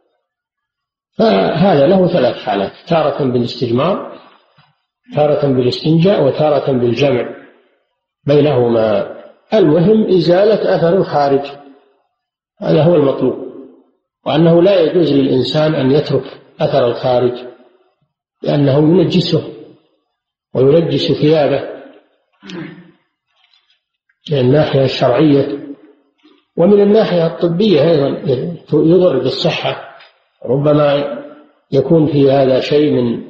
Speaker 1: فهذا له ثلاث حالات: تارة بالاستجمار، تارة بالاستنجاء، وتارة بالجمع بينهما. المهم إزالة أثر الخارج، هذا هو المطلوب، وأنه لا يجوز للإنسان أن يترك أثر الخارج لأنه ينجسه
Speaker 3: وينجس ثيابه من الناحية الشرعية. ومن الناحية الطبية أيضا يضر بالصحة، ربما يكون في هذا شيء من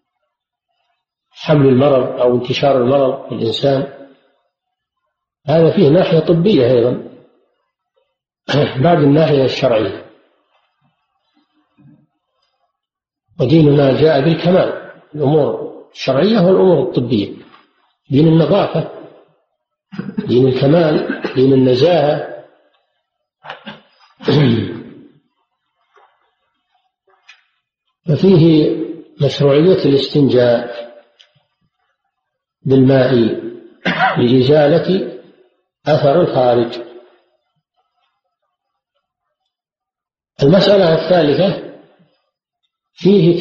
Speaker 3: حمل المرض أو انتشار المرض في الإنسان، هذا فيه ناحية طبية أيضا بعد الناحية الشرعية. وديننا جاء بالكمال، الأمور الشرعية والأمور الطبية، دين النظافة، دين الكمال، دين النزاهة. ففيه مشروعية الاستنجاء بالماء لإزالة أثر الخارج. المسألة الثالثة فيه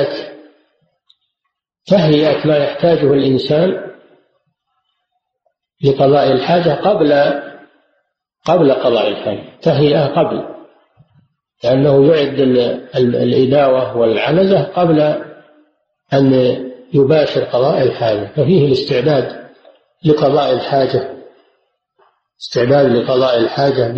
Speaker 3: تهيئة ما يحتاجه الإنسان لقضاء الحاجة قبل قضاء الحاجة، تهيئة قبل، لأنه يعد الإداوة والعنزة قبل أن يباشر قضاء الحاجة. ففيه الاستعداد لقضاء الحاجة، استعداد لقضاء الحاجة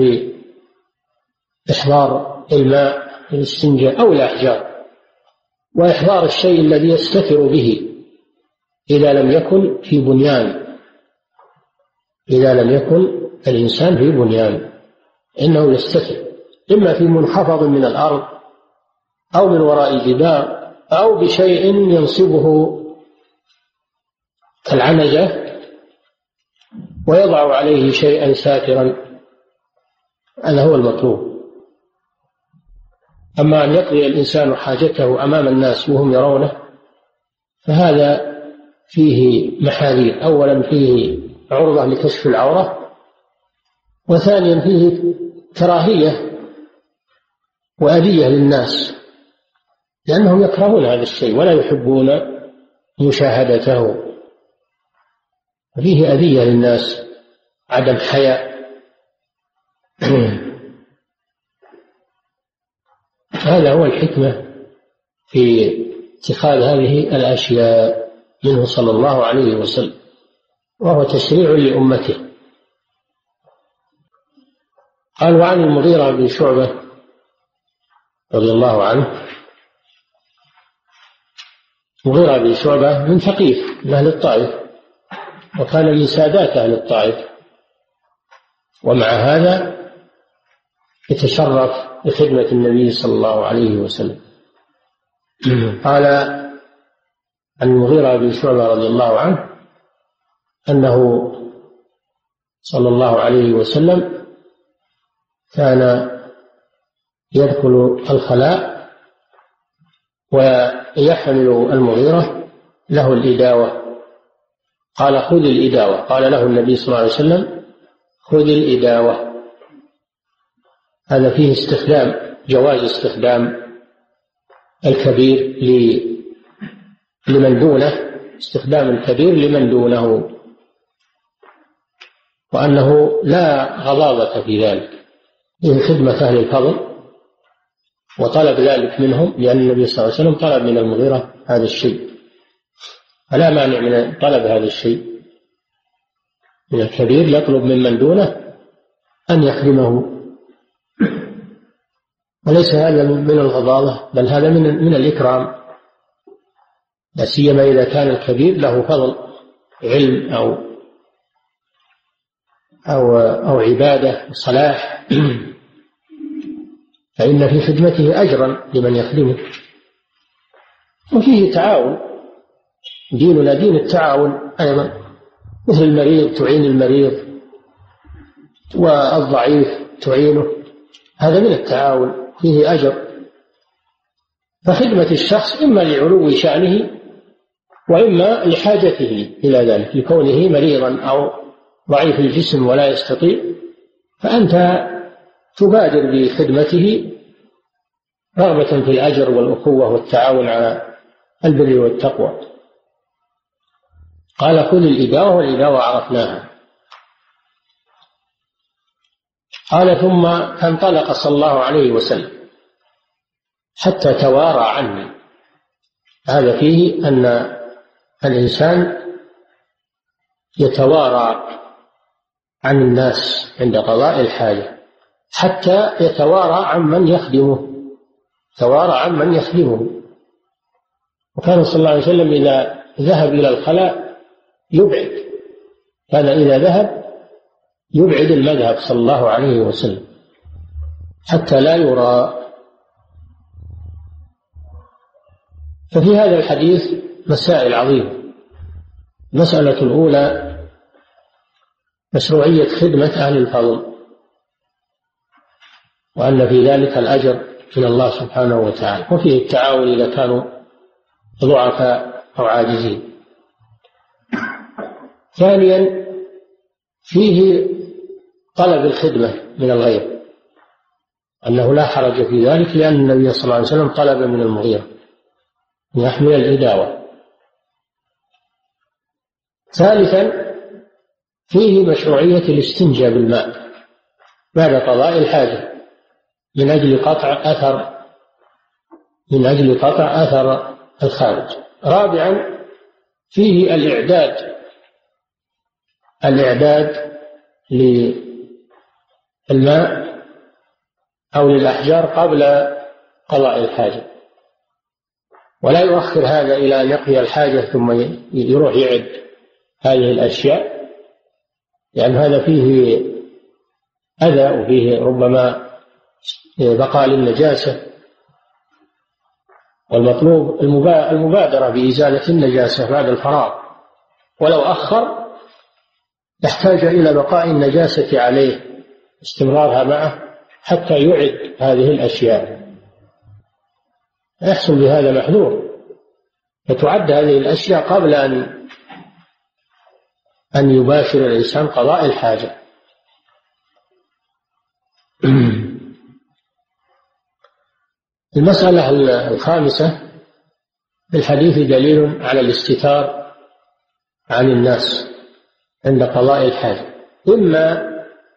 Speaker 3: بإحضار الماء للاستنجاء أو الأحجار، وإحضار الشيء الذي يستتر به إذا لم يكن في بنيان، إذا لم يكن الإنسان في بنيان إنه يستتر إما في منخفض من الأرض أو من وراء جدار أو بشيء ينصبه كالعنزة ويضع عليه شيئا ساترا، هذا هو المطلوب. أما أن يقضي الإنسان حاجته أمام الناس وهم يرونه فهذا فيه محاذير، أولا فيه عرضة لكشف العورة، وثانيا فيه كراهية وأذية للناس، لأنهم يكرهون هذا الشيء ولا يحبون مشاهدته، فيه أذية للناس، عدم حياء. هذا هو الحكمة في اتخاذ هذه الأشياء منه صلى الله عليه وسلم، وهو تشريع لأمته. قال: وعن المغيرة بن شعبة رضي الله عنه، المغيرة بن شعبة من ثقيف من أهل الطائف، وكان من سادات أهل الطائف، ومع هذا يتشرف بخدمة النبي صلى الله عليه وسلم. قال عن المغيرة بن شعبة رضي الله عنه أنه صلى الله عليه وسلم كان يدخل الخلاء ويحمل المغيرة له الإداوة، قال: خذ الإداوة. قال له النبي صلى الله عليه وسلم: خذ الإداوة. هذا فيه جواز استخدام الكبير لمن دونه، استخدام الكبير لمن دونه، وأنه لا غضاضة في ذلك، فيه خدمة أهل الفضل وطلب ذلك منهم، لأن النبي صلى الله عليه وسلم طلب من المغيرة هذا الشيء، فلا مانع من طلب هذا الشيء من الكبير، يطلب ممن دونه أن يخدمه، وليس هذا من الغضاضة، بل هذا من الإكرام، لا سيما إذا كان الكبير له فضل علم أو عبادة وصلاح، فإن في خدمته أجرا لمن يخدمه. وفيه تعاون، ديننا دين التعاون أيضا، مثل المريض تعين المريض والضعيف تعينه، هذا من التعاون، فيه أجر. فخدمة الشخص إما لعلو شأنه وإما لحاجته إلى ذلك، لكونه مريضا أو ضعيف الجسم ولا يستطيع، فأنت تبادر بخدمته رغبة في الأجر والأخوة والتعاون على البر والتقوى. قال: خذ الإداوة، والإداوة عرفناها. قال: ثم فانطلق صلى الله عليه وسلم حتى توارى عني. هذا فيه أن الإنسان يتوارى عن الناس عند قضاء الحاجة حتى يتوارى عمن يخدمه. وكان صلى الله عليه وسلم إذا ذهب إلى الخلاء يبعد، كان إذا ذهب يبعد المذهب صلى الله عليه وسلم حتى لا يرى. ففي هذا الحديث مسائل عظيمة. المسألة الأولى مشروعية خدمة أهل الفضل، وأن في ذلك الأجر من الله سبحانه وتعالى، وفيه التعاون إذا كانوا ضعفاء أو عاجزين. ثانيا فيه طلب الخدمة من الغير، أنه لا حرج في ذلك، لأن النبي صلى الله عليه وسلم طلب من المغيرة أن يحمل الإداوة. ثالثا فيه مشروعية الاستنجاء بالماء بعد قضاء الحاجة من أجل قطع أثر الخارج. رابعا فيه الإعداد للماء أو للأحجار قبل قضاء الحاجة، ولا يؤخر هذا إلى أن يقضي الحاجة ثم يروح يعد هذه الأشياء، لأن هذا فيه أذى وفيه ربما بقاء للنجاسة، والمطلوب المبادرة بإزالة النجاسة بعد الفراغ، ولو أخر يحتاج إلى بقاء النجاسة عليه، استمرارها معه حتى يعد هذه الأشياء، يحصل بهذا محذور، فتعد هذه الأشياء قبل أن يباشر الإنسان قضاء الحاجة. المسألة الخامسة: في الحديث دليل على الاستتار عن الناس عند قضاء الحاجة، إما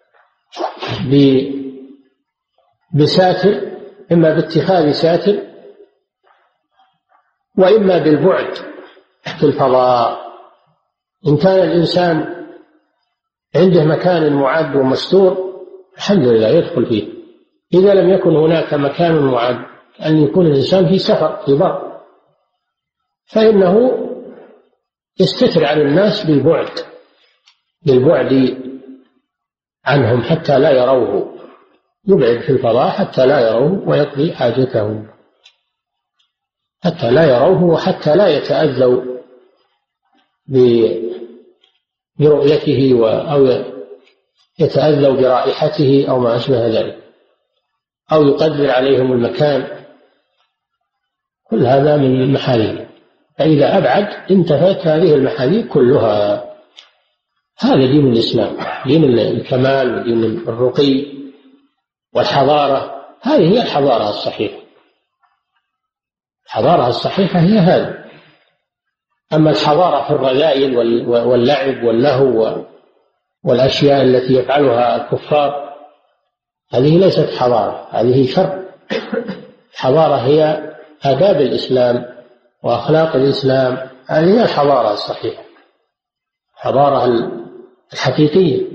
Speaker 3: بساتر، إما باتخاذ ساتر، وإما بالبعد في الفضاء. إن كان الإنسان عنده مكان معد ومستور الحمد لله يدخل فيه. إذا لم يكن هناك مكان معد، أن يكون الإنسان في سفر في بر، فإنه يستتر عن الناس بالبعد عنهم حتى لا يروه، يبعد في الفضاء حتى لا يروه ويقضي حاجته، حتى لا يروه وحتى لا يتأذوا برؤيته أو يتأذوا برائحته أو ما أشبه ذلك، أو يقدر عليهم المكان. كل هذا من المحاذير، فإذا أبعد انتفت هذه المحاذير كلها. هذا دين الإسلام، دين الكمال ودين الرقي والحضارة. هذه هي الحضارة الصحيحة. الحضارة الصحيحة هي هذه. أما الحضارة في الرذائل واللعب واللهو والأشياء التي يفعلها الكفار، هذه ليست حضارة، هذه شر. الحضارة هي آداب الإسلام وأخلاق الإسلام، هذه هي الحضارة الصحيحة، الحضارة الحقيقية.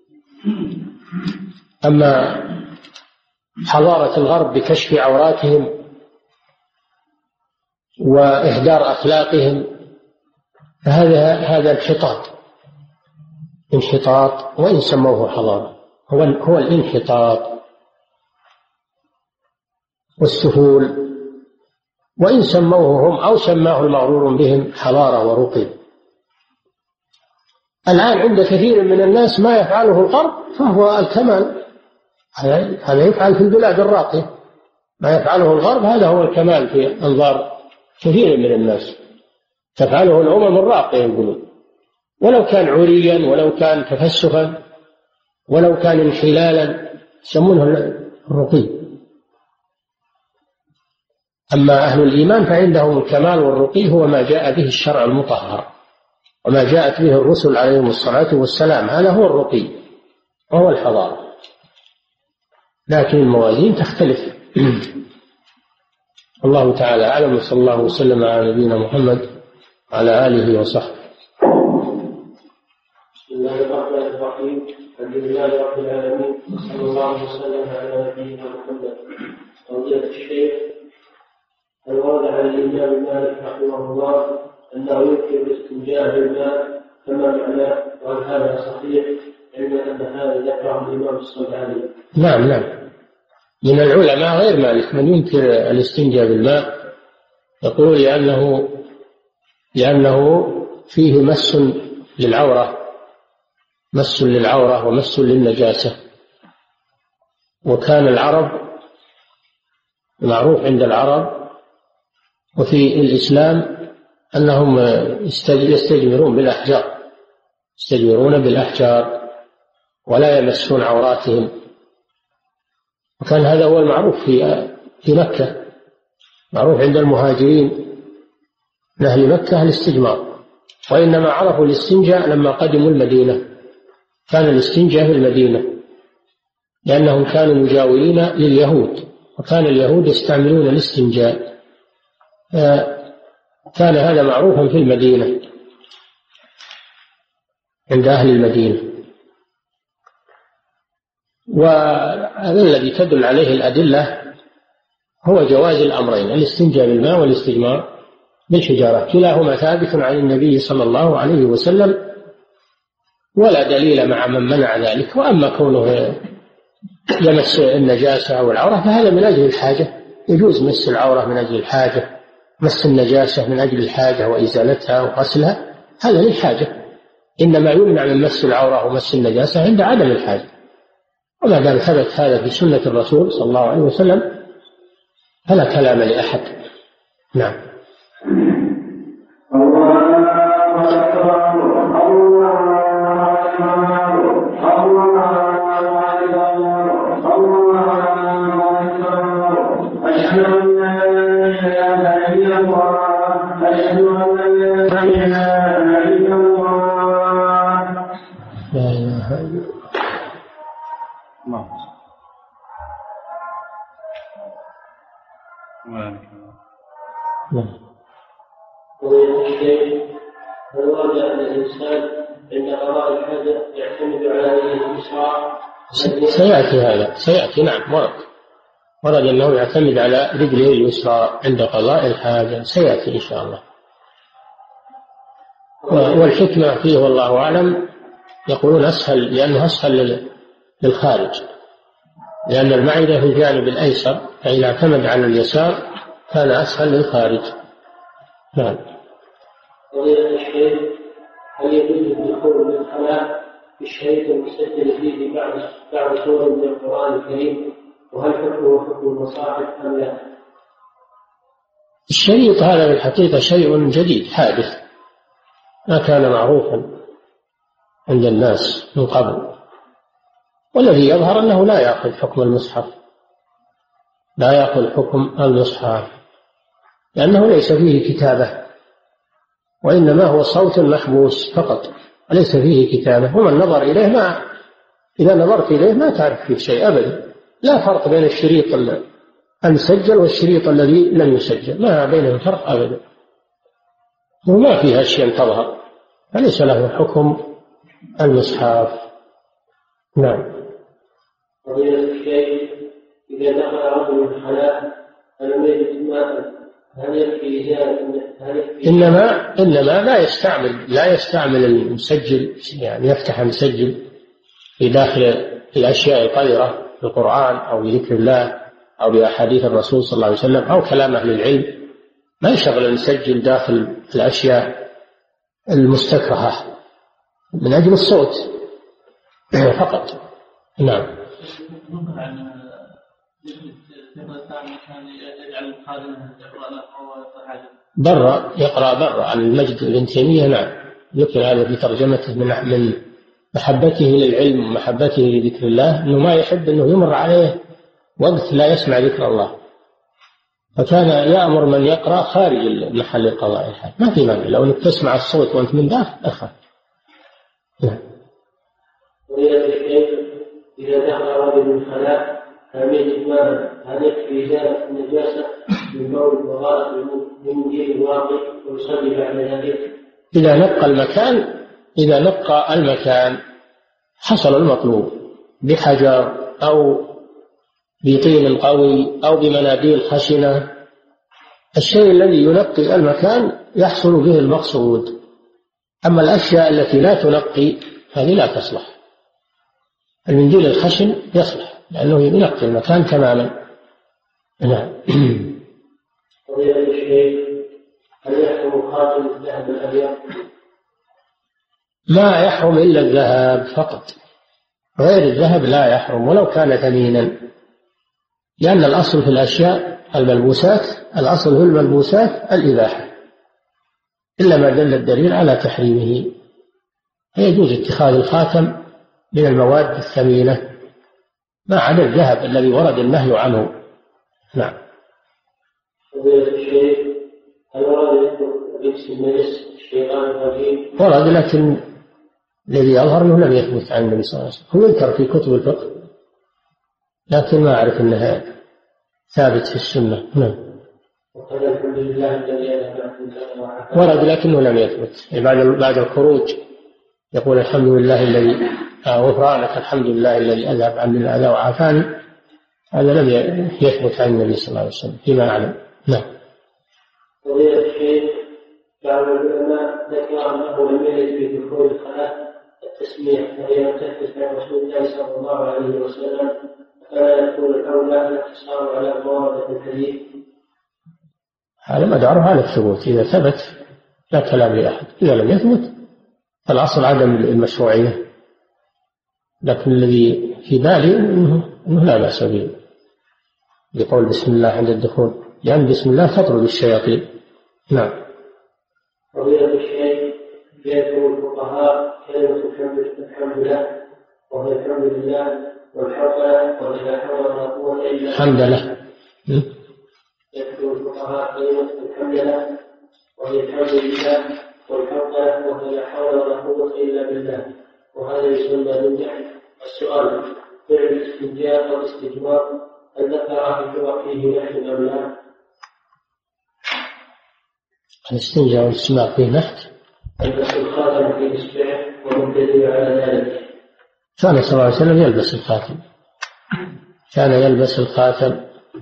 Speaker 3: أما حضارة الغرب بكشف عوراتهم وإهدار أخلاقهم، فهذا انحطاط، وإن سموه حضارة هو الانحطاط والسفول، وإن سموه هم أو سماه المغرور بهم حضارة ورقي. الآن عند كثير من الناس ما يفعله الغرب فهو الكمال، هذا يفعل في البلاد الراقية، ما يفعله الغرب هذا هو الكمال في أنظار كثير من الناس، تفعله الأمم الراقية يقولون، ولو كان عريا، ولو كان تفسخا، ولو كان انحلالا، يسمونه الرقي. أما أهل الإيمان فعندهم الكمال والرقي هو ما جاء به الشرع المطهر وما جاءت به الرسل عليهم الصلاة والسلام، هذا هو الرقي وهو الحضارة. لكن الموازين تختلف. الله تعالى أعلم، وصلى الله وسلم على نبينا محمد وعلى آله وصحبه.
Speaker 1: بسم الله الرحمن الرحيم. الحمد لله رب العالمين، وصلى الله وسلم على نبينا محمد. فضيلة الشيخ، هل ورد عن الإمام مالك رحمه الله أنه يمكن الاستنجاء بالماء كما معناه، وهل هذا صحيح؟ علما أن هذا ذكره الإمام الصنعاني.
Speaker 3: نعم، من العلماء غير مالك من ينكر الاستنجاء بالماء، يقول لأنه فيه مس للعورة ومس للنجاسة. وكان العرب معروف عند العرب وفي الإسلام أنهم يستجمرون بالأحجار ولا يمسون عوراتهم. وكان هذا هو المعروف في مكة، معروف عند المهاجرين من أهل مكة الاستجمار. وإنما عرفوا الاستنجاء لما قدموا المدينة، كان الاستنجاء في المدينة لأنهم كانوا مجاورين لليهود، وكان اليهود يستعملون الاستنجاء، كان هذا معروفا في المدينة عند أهل المدينة. والذي تدل عليه الأدلة هو جواز الأمرين، الاستنجاء بالماء والاستجمار بالحجارة، كلاهما ثابت عن النبي صلى الله عليه وسلم، ولا دليل مع من منع ذلك. وأما كونه يمس النجاسة أو العورة فهذا من أجل الحاجة، يجوز مس العورة من أجل الحاجة، مس النجاسة من أجل الحاجة وإزالتها وغسلها، هذا للحاجة. إنما يمنع من مس العورة ومس النجاسة عند عدم الحاجة. وما دام ثبت هذا في سنة الرسول صلى الله عليه وسلم فلا كلام لأحد. نعم.
Speaker 1: هل ورد أن الإنسان عند قضاء الحاجة يعتمد على يده اليسرى؟
Speaker 3: سيأتي نعم، ورد أنه يعتمد على رجله اليسرى عند قضاء الحاجة، سيأتي إن شاء الله. والحكمة فيه والله أعلم يقولون أسهل، لأنه أسهل للخارج، لأن المعدة في الجانب الأيسر، فإذا اعتمد على اليسار كان أسهل للخارج. نعم.
Speaker 1: فضيلة الشيخ، هل يجوز الدخول للخلاء بالشريط المسجل فيه بعض سور من القرآن الكريم، وهل حكمه حكم المصاحف أم لا؟
Speaker 3: الشريط هذا في الحقيقة شيء جديد حادث، ما كان معروفا عند الناس من قبل، والذي يظهر أنه لا يأخذ حكم المصحف، لا يأخذ حكم المصحف، لأنه ليس فيه كتابة، وإنما هو صوت محبوس فقط، وليس فيه كتابة. ومن نظر إليه إذا نظرت إليه ما تعرف فيه شيء أبدا، لا فرق بين الشريط المسجل والشريط الذي لم يسجل، ما بينهم فرق أبدا، وما فيها أشياء تظهر، فليس له حكم المصحف. نعم.
Speaker 1: فضيلة الشيخ، إذا دخل رجل الخلاء فلم يجد ماء هل يكفي إزالة؟
Speaker 3: إنما لا يستعمل المسجل، يعني يفتح المسجل في داخل الأشياء الطاهرة في القرآن أو بذكر الله أو بأحاديث الرسول صلى الله عليه وسلم أو كلام أهل العلم، ما يشغل المسجل داخل الأشياء المستكرهة من أجل الصوت فقط. نعم. يقرأ برا عن المجد بن تيمية. نعم، ذكر هذا في ترجمته من محبته للعلم ومحبته لذكر الله، أنه ما يحب أنه يمر عليه وقت لا يسمع ذكر الله، فكان يأمر من يقرأ خارج محل القضاء الحاج، ما في مانع لو أنك تسمع الصوت وأنت من داخل أخر. نعم.
Speaker 1: إذا دخل رجل الخلاء هل يكفي إزالة النجاسة من بول وغائط الموت؟ بمنديل الواقي ويصلي بعد ذلك؟
Speaker 3: إذا نقى المكان حصل المطلوب بحجر أو بطين قوي أو بمناديل خشنة، الشيء الذي ينقي المكان يحصل به المقصود. أما الأشياء التي لا تنقي هذه لا تصلح. المنديل الخشن يصلح لأنه ينقي المكان تماما. نعم.
Speaker 1: فضيلة الشيخ، هل يحرم خاتم الذهب الأبيض؟
Speaker 3: ما يحرم إلا الذهب فقط، غير الذهب لا يحرم ولو كان ثمينا، لأن الأصل في الأشياء الأصل في الملبوسات الإباحة إلا ما دل الدليل على تحريمه. فيجوز اتخاذ الخاتم من المواد الثمينة ما عدا الذهب الذي ورد النهي عنه. نعم.
Speaker 1: فضيلة الشيخ، هل ورد لبس الملس الشيطان الرجيم؟
Speaker 3: ورد، لكن الذي يظهر أنه لم يثبت عن النبي صلى الله عليه وسلم. هو يذكر في كتب الفقه لكن ما أعرف أنها ثابت في السنة. نعم.
Speaker 1: وقال الحمد لله الذي
Speaker 3: ورد لكنه لم يثبت. بعد الخروج يقول الحمد لله الذي غفرانك، الحمد لله الذي أذهب عني الأذى وعافاني. هذا لم يثبت عن النبي صلى الله عليه وسلم فيما أعلم. نعم.
Speaker 1: فضيلة الشيخ، بعض العلماء ذكر أنه لم يرد في دخول الصلاة التسميح وهي لم تثبت عن رسول الله صلى الله عليه وسلم، فلا يكون الأولى الاقتصار على موارد الحديث؟
Speaker 3: هذا مداره على الثبوت. إذا ثبت لا كلام لأحد، إذا لم يثبت فالأصل عدم المشروعية. لكن الذي في بالي أنه لا بأس به بقول بسم الله عند الدخول، لأن بسم الله تطرد الشياطين. نعم.
Speaker 1: فضيلة الشيخ، يذكر الفقهاء كلمة الحمد لله وهي الحمد لله والحمد ولا حول ولا قوة إلا بالله.
Speaker 3: الحمد لله.
Speaker 1: يذكر الفقهاء كلمة الحمد لله وهي الحمد لله والحمد وهي لا حول ولا قوة إلا بالله، وهذا يسمى بالجهل. السؤال: فعل الاستنجاء أو الاستجمار هل ذكر فيه نحن أم لا؟
Speaker 3: الاستنجاء والاستجمار فيه نحت.
Speaker 1: يلبس الخاتم في إصبعه ومدلل على ذلك.
Speaker 3: كان صلى الله عليه وسلم يلبس الخاتم، كان يلبس الخاتم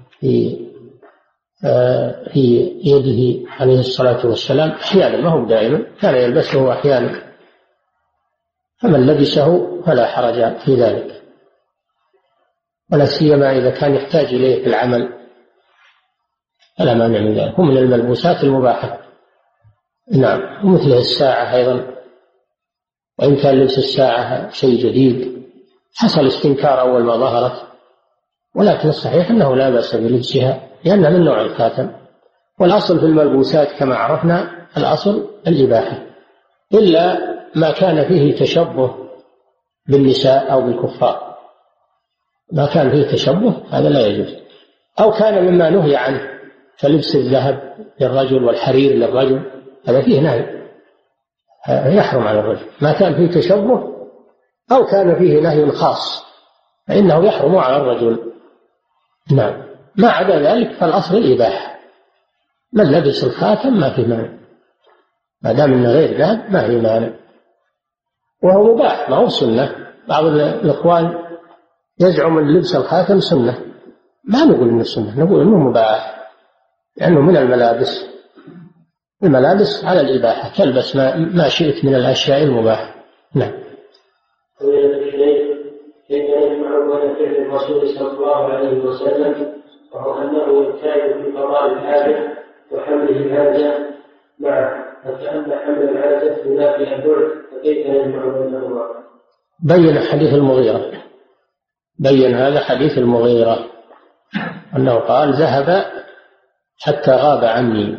Speaker 3: في يده عليه الصلاة والسلام أحيانا، ما هو دائما، كان يلبسه أحيانا، فمن لبسه فلا حرج في ذلك، ولا سيما إذا كان يحتاج إليه في العمل فلا مانع من ذلك. هم من الملبوسات المباحة. نعم. ومثل الساعة أيضا، وإن كان لبس الساعة شيء جديد حصل استنكار أول ما ظهرت، ولكن الصحيح أنه لا بأس بلبسها لأنها من نوع الخاتم. والأصل في الملبوسات كما عرفنا الأصل الإباحة، إلا ما كان فيه تشبه بالنساء أو بالكفار. ما كان فيه تشبه هذا لا يجوز، أو كان مما نهي عنه كلبس الذهب للرجل والحرير للرجل، هذا فيه نهي يحرم على الرجل. ما كان فيه تشبه أو كان فيه نهي خاص فإنه يحرم على الرجل. نعم. ما عدا ذلك فالأصل الإباحة. من لبس الخاتم ما فيه مانع، ما دام إنه غير ذهب ما فيه مانع، وهو مباح ما هو سنة. بعض الإخوان يزعم أن لبس الخاتم سنة، ما نقول إنه سنة، نقول إنه مباح لأنه من الملابس على الإباحة، تلبس ما شئت من الأشياء المباحة. نعم.
Speaker 1: كيف يجمع بين فعل الرسول صلى الله عليه وسلم وهو أنه يجتهد في قضاء الحاجة وحمله الحاجة معه، فكأن حمل الحاجة ينافي البعد، فكيف يجمع بينهما؟
Speaker 3: بين حديث المغيرة، بين هذا حديث المغيرة أنه قال ذهب حتى غاب عني،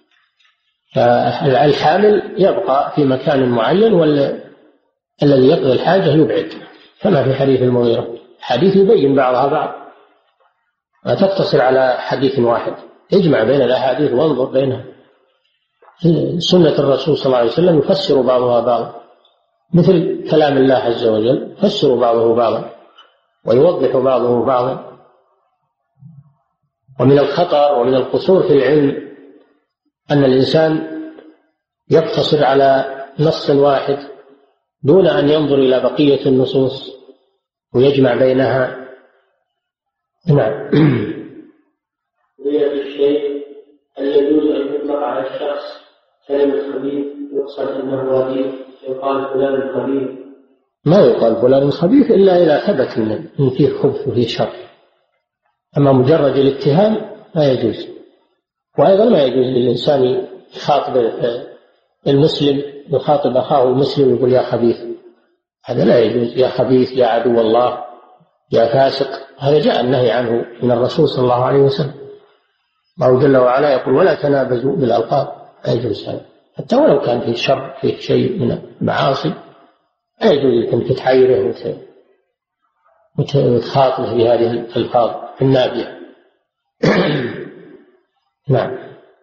Speaker 3: فالحامل يبقى في مكان معين والذي يقضي الحاجة يبعد، كما في حديث المغيرة. حديث يبين بعضها بعض، لا تقتصر على حديث واحد، اجمع بين الأحاديث وانظر بينها. سنة الرسول صلى الله عليه وسلم يفسر بعضها بعضا، مثل كلام الله عز وجل يفسر بعضه بعضا ويوضح بعضه بعضا. ومن الخطر ومن القصور في العلم أن الإنسان يقتصر على نص واحد دون أن ينظر إلى بقية النصوص ويجمع بينها. نعم.
Speaker 1: الشيء هل يجوز أن يطلق على الشخص كلمة خبيث يقصد أنه رديء يقال فلان خبيث؟
Speaker 3: ما يقال فلان خبيث إلا إذا ثبت أن فيه خبث وفيه شر، أما مجرد الاتهام لا يجوز. وأيضا ما يجوز للإنسان يخاطب المسلم، يخاطب أخاه المسلم يقول يا خبيث، هذا لا يجوز. يا خبيث، يا عدو الله، يا فاسق، هذا جاء النهي عنه من الرسول صلى الله عليه وسلم. الله جل وعلا يقول ولا تنابزوا بالألقاب، لا يجوز هذا، حتى ولو كان فيه شر، فيه شيء من المعاصي، لا يجوز أن تتحيره وتخاطبه بهذه الألفاظ النابية. نعم.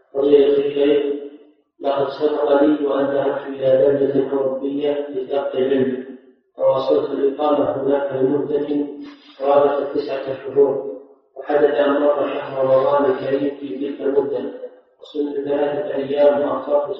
Speaker 1: لقد سبق لي وأن ذهبت إلى بلدة أوروبية لتلقي العلم، ووصلت الإقامة هناك لمدة قرابة 9 شهور، وحدث أن مر شهر رمضان الكريم في تلك المدة، وصلت 3 أيام وأفطرت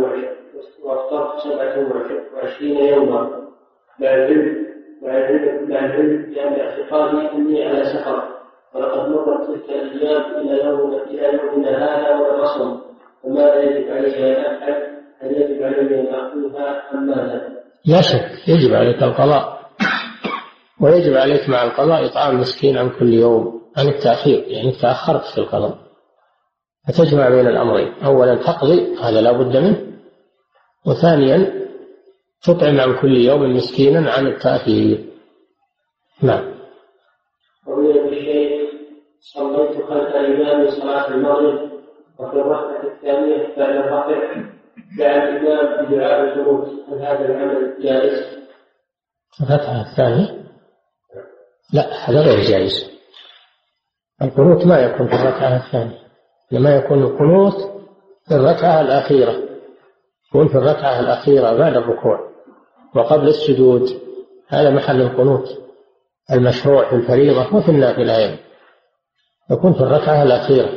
Speaker 1: 27 يوما مع العلم كان اعتقادي أني على سفر، ولقد مرت تلك الأيام إلى يومنا هذا وأنا أصوم، فماذا يجب علي أن أفعل؟ هل يجب علي أن أخذها أم ماذا؟
Speaker 3: لا شك يجب عليك القضاء، ويجب عليك مع القضاء إطعام مسكين عن كل يوم، عن التأخير، يعني تأخرت في القضاء، فتجمع بين الأمرين، أولا تقضي هذا لا بد منه، وثانيا تطعم عن كل يوم مسكينا عن التأخير. نعم.
Speaker 1: ومن الشيء صليت خلف الإمام صلاة المغرب، وفي الركعة الثانية بعد الرفع دعا الإمام بدعاء القنوت، هل هذا العمل جائز؟
Speaker 3: الركعة الثانية؟ لا، هذا غير جائز. القنوت ما يكون في الركعة الثانية، لما يكون القنوت في الركعة الأخيرة، يكون في الركعة الأخيرة بعد الركوع وقبل السجود، هذا محل القنوت المشروع في الفريضة وفي النافلة أيضا، يكون في الركعة الأخيرة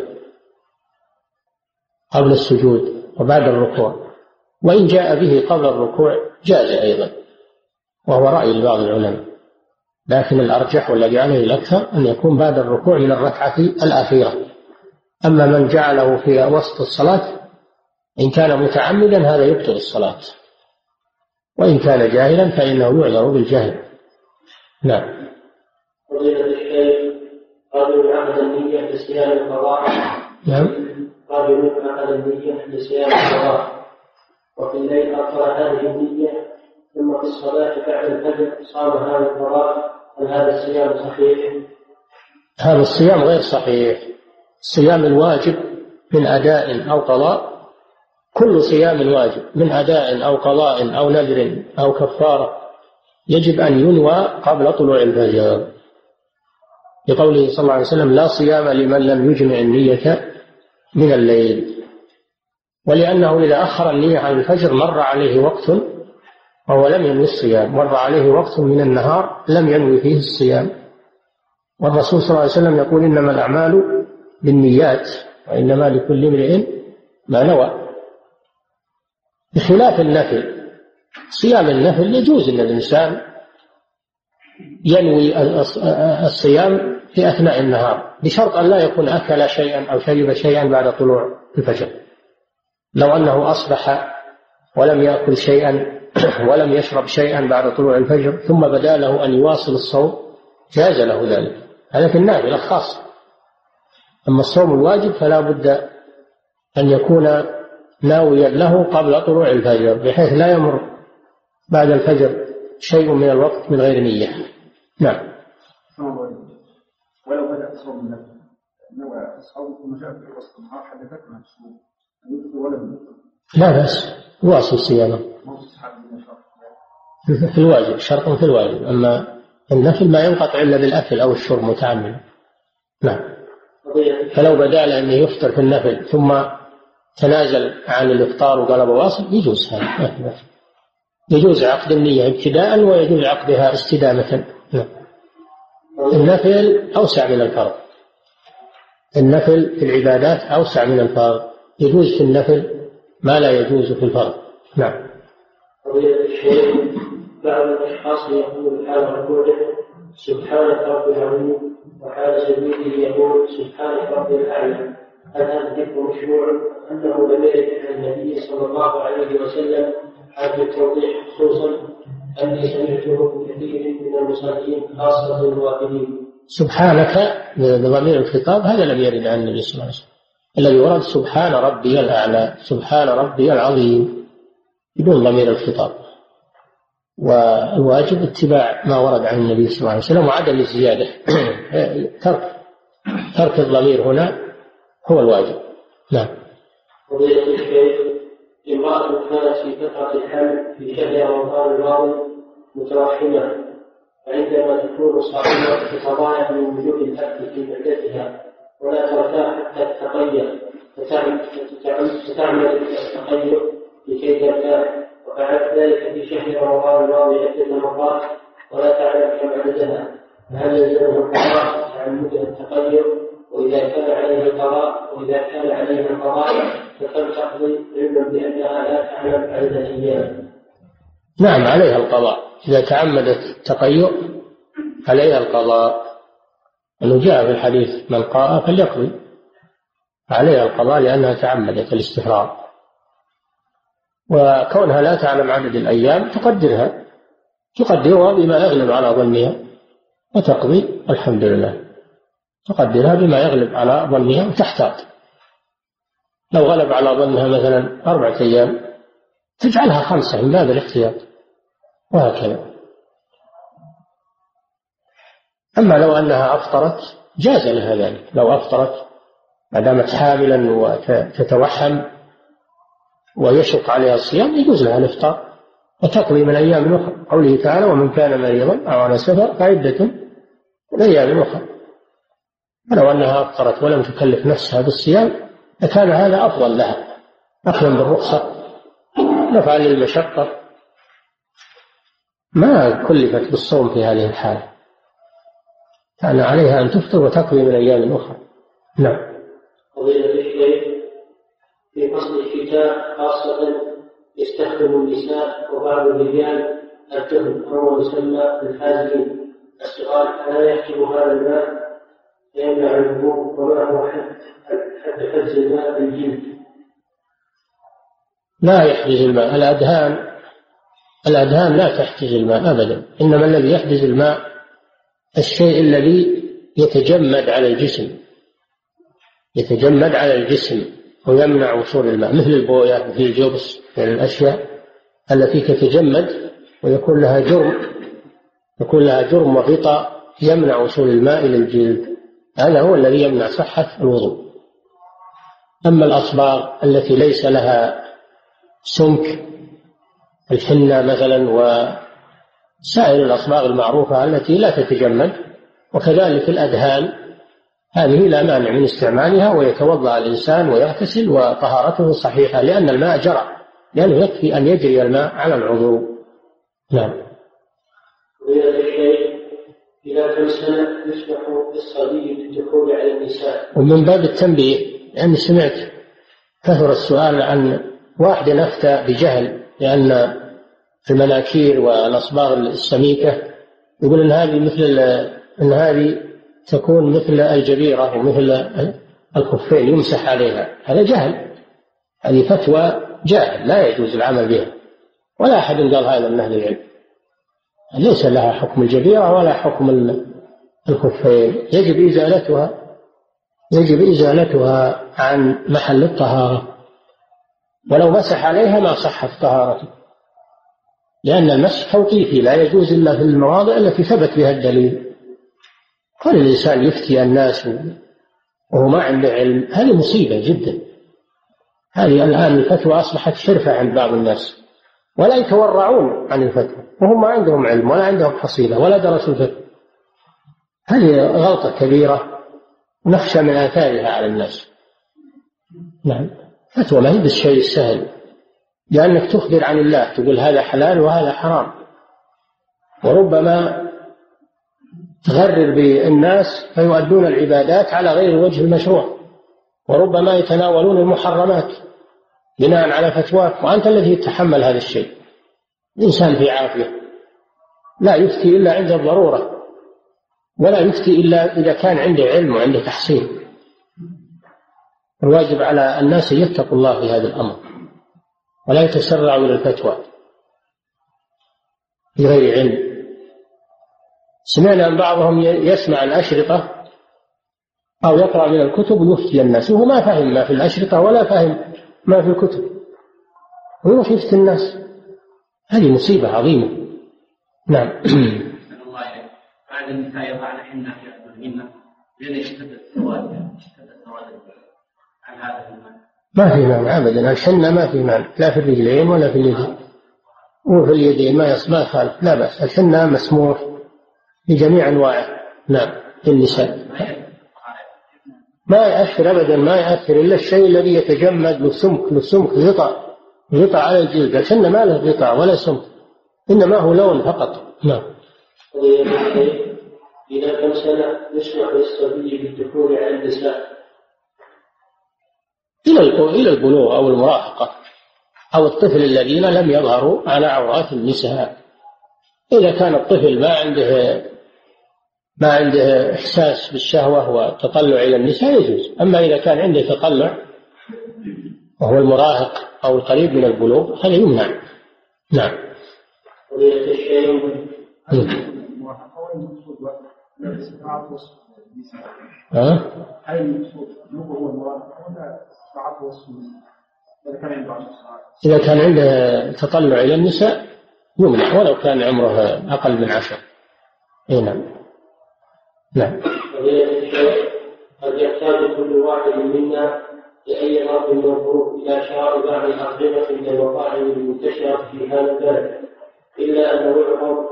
Speaker 3: قبل السجود وبعد الركوع، وإن جاء به قبل الركوع جاز أيضا، وهو رأي لبعض العلماء، لكن الأرجح والذي عليه الأكثر أن يكون بعد الركوع من الركعة الأخيرة. أما من جعله في وسط الصلاة إن كان متعمدا هذا يبطل الصلاة، وإن كان جاهلا فإنه يعذر بالجهل. نعم.
Speaker 1: فضيلة الشيخ، رجل عقد النية لصيام القضاء.
Speaker 3: نعم.
Speaker 1: رجل عقد النية لصيام القضاء، وفي الليل أبطل هذه النية، ثم في الصلاة بعد الفجر صام هذا القضاء، هل هذا الصيام صحيح؟
Speaker 3: هذا الصيام غير صحيح. الصيام الواجب من أداء أو قضاء، كل صيام واجب من أداء أو قضاء أو نذر أو كفارة يجب أن ينوى قبل طلوع الفجر، لقوله صلى الله عليه وسلم لا صيام لمن لم يجمع النية من الليل، ولأنه إذا أخر النية عن الفجر مر عليه وقت وهو لم ينوي الصيام، مر عليه وقت من النهار لم ينوي فيه الصيام، والرسول صلى الله عليه وسلم يقول إنما الأعمال بالنيات وإنما لكل امرئ ما نوى، بخلاف النفل. صيام النفل يجوز أن الإنسان ينوي الصيام في أثناء النهار بشرط أن لا يكون أكل شيئا أو شرب شيئا بعد طلوع الفجر. لو أنه أصبح ولم يأكل شيئا ولم يشرب شيئا بعد طلوع الفجر ثم بدا له أن يواصل الصوم جاز له ذلك، هذا في النافلة خاص. أما الصوم الواجب فلا بد أن يكون ناويا له قبل طلوع الفجر، بحيث لا يمر بعد الفجر شيء من الوقت من غير نية. نعم.
Speaker 4: ولو بدأ صوم النفل نوع الصوم ثم جاء في وسط النهار حدثتنا الصوم ولم
Speaker 3: لا بأس يواصل صيامه في الواجب، شرط في الواجب. أما النفل ما ينقطع إلا بالأكل أو الشرب متعمدا. نعم. فلو بدأ لأنه يفطر في النفل ثم تنازل عن الإفطار وقال واصل يجوز هذا، يجوز عقد النية ابتداء ويجوز عقدها استدامة. النفل أوسع من الفرض، النفل في العبادات أوسع من الفرض، يجوز في النفل ما لا يجوز في الفرض. نعم.
Speaker 1: فضيلة الشيخ، بعض الأشخاص يقول حال ركوعه سبحانك رب العظيم، وحال سجوده يقول سبحانك رب الأعلى، هل هذا الذكر مشروع أنه لم يرد عن النبي صلى الله عليه وسلم؟ حال التوضيح خصوصا أني سمعته من كثير من المصلين خاصة الوافدين.
Speaker 3: سبحانك بضمير الخطاب هذا لم يرد عن النبي صلى الله عليه وسلم. الذي ورد سبحان ربي الأعلى، سبحان ربي العظيم، بدون ضمير الخطاب. والواجب اتباع ما ورد عن النبي صلى الله عليه وسلم وعدم الزيادة. ترك الضمير هنا هو الواجب. نعم.
Speaker 1: فضيلة الشيخ، امرأة كانت في فترة الحمل في شهر رمضان الماضي مترحمة، فعندما تكون صائمة تتضايق من وجود الأكل في معدتها ولا ترتاح حتى تتقيأ، فتعمل التقيؤ لكي ترتاح، وفعلت ذلك في شهر رمضان الماضي عدة مرات ولا تعلم كم عددها، فهل يلزمها القضاء عن مدة التقيؤ؟ وإذا كان عليها القضاء فكم تقضي علما بأنها لا تعلم عدد الأيام؟
Speaker 3: نعم، عليها القضاء. إذا تعمدت التقيؤ عليها القضاء، أنه جاء في الحديث من قاء فليقضي، عليها القضاء لأنها تعمدت الاستفراغ. وكونها لا تعلم عدد الأيام تقدرها بما يغلب على ظنها وتقضي، الحمد لله، تقدرها بما يغلب على ظنها وتحتاط. لو غلب على ظنها مثلا 4 أيام تجعلها 5 من باب الاحتياط، وهكذا. أما لو أنها أفطرت جاز لها ذلك، لو أفطرت ما دامت حاملا وتتوحم ويشق عليها الصيام يجوز لها الإفطار وتقضي من أيام أخرى، قوله تعالى ومن كان مريضا أو على سفر فعدة من أيام أخرى. ولو أنها أفطرت ولم تكلف نفسها بالصيام فكان هذا أفضل لها، أخذا بالرخصة نفعا للمشقة، ما كلفت بالصوم في هذه الحالة، كان عليها أن تفطر وتقضي من أيام أخرى. نعم.
Speaker 1: فضيلة الشيخ، في فصل الشتاء خاصة يستخدم النساء وبعض الرجال الدهن وهو يسمى الحازمين الصغار، ألا يحجب هذا الماء فيمنع الوضوء؟ وما هو حد حجز الماء بالجلد؟
Speaker 3: لا يحجز الماء، الأدهان لا تحجز الماء أبدا، إنما الذي يحجز الماء الشيء الذي يتجمد على الجسم ويمنع وصول الماء، مثل البوية، مثل الجبس، من الأشياء التي تتجمد ويكون لها جرم وغطاء يمنع وصول الماء إلى الجلد، هذا هو الذي يمنع صحة الوضوء. أما الأصباغ التي ليس لها سمك، الحنة مثلا وسائر الأصباغ المعروفة التي لا تتجمد، وكذلك الأدهان، هذه لا مانع من استعمالها، ويتوضأ الإنسان ويغتسل وطهارته صحيحة لأن الماء جرى، لأنه يكفي أن يجري الماء على العضو. نعم.
Speaker 1: إذا كم سنة يسمح للصبي بالدخول على النساء؟
Speaker 3: ومن باب التنبيه، لأني سمعت كثر السؤال عن واحد أفتى بجهل لأن المناكير والأصباغ السميكة يقول إن هذه تكون مثل الجبيرة ومثل الخفين يمسح عليها، هذا جهل، هذه فتوى جاهل لا يجوز العمل بها، ولا أحد قال هذا من أهل العلم، ليس لها حكم الجبيرة ولا حكم الخفين، يجب إزالتها عن محل الطهارة، ولو مسح عليها ما صحت طهارته، لأن المسح توقيفي لا يجوز إلا في المواضع التي ثبت بها الدليل. كل الإنسان يفتي الناس وهو ما عنده علم، هذه مصيبة جدا. هذه الآن الفتوى أصبحت شرفة عند بعض الناس ولا يتورعون عن الفتوى، وهم ما عندهم علم ولا عندهم حصيلة ولا درسوا الفتوى. هذه غلطة كبيرة نخشى من آثارها على الناس. نعم، فتوى ما هي بالشيء السهل، لأنك تخبر عن الله، تقول هذا حلال وهذا حرام، وربما تغرر بالناس فيؤدون العبادات على غير الوجه المشروع، وربما يتناولون المحرمات بناء على فتواك، وأنت الذي تتحمل هذا الشيء. الإنسان في عافية لا يفتي إلا عند الضرورة، ولا يفتي إلا إذا كان عنده علم وعنده تحصيل. الواجب على الناس يتقوا الله في هذا الأمر ولا يتسرعوا إلى الفتوى بغير علم. سمعنا أن بعضهم يسمع الأشرطة أو يقرأ من الكتب ويفتي الناس وهو ما فهم ما في الأشرطة ولا فهم ما في الكتب، ويروح يفتي الناس. هذه مصيبة عظيمة. نعم.
Speaker 2: بعد النساء يضعن حنة في أرجلهن لأن يشتد السواد عن هذا المعنى.
Speaker 3: ما في معنى أبدا، الحنة ما في معنى لا في الرجلين ولا في اليدين، وفي اليدين ما يخالف، لا بأس. الحنة مسموح بجميع أنواعه. نعم. النساء ما يأثر أبدا، ما يأثر إلا الشيء الذي يتجمد له سمك غطاء على الجلد. الحنة ما له غطاء ولا سمك، إنما هو لون فقط. نعم.
Speaker 1: إلى كم سنة يسمح للصبي بالدخول على النساء؟
Speaker 3: إلى البلوغ أو المراهقة أو الطفل الذين لم يظهروا على عورات النساء. إذا كان الطفل ما عنده إحساس بالشهوة وتطلع إلى النساء يجوز. أما إذا كان عنده تطلع وهو المراهق أو القريب من البلوغ هذا يمنع. نعم. إذا كان عنده تطلع إلى النساء يمنع ولو كان عمره أقل من 10. نعم. نعم.
Speaker 1: قد يحتاج كل واحد منا لأي ضرب من الظروف إلى شراء بعض الأطعمة من المطاعم المنتشرة في هذا البلد، إلا أنه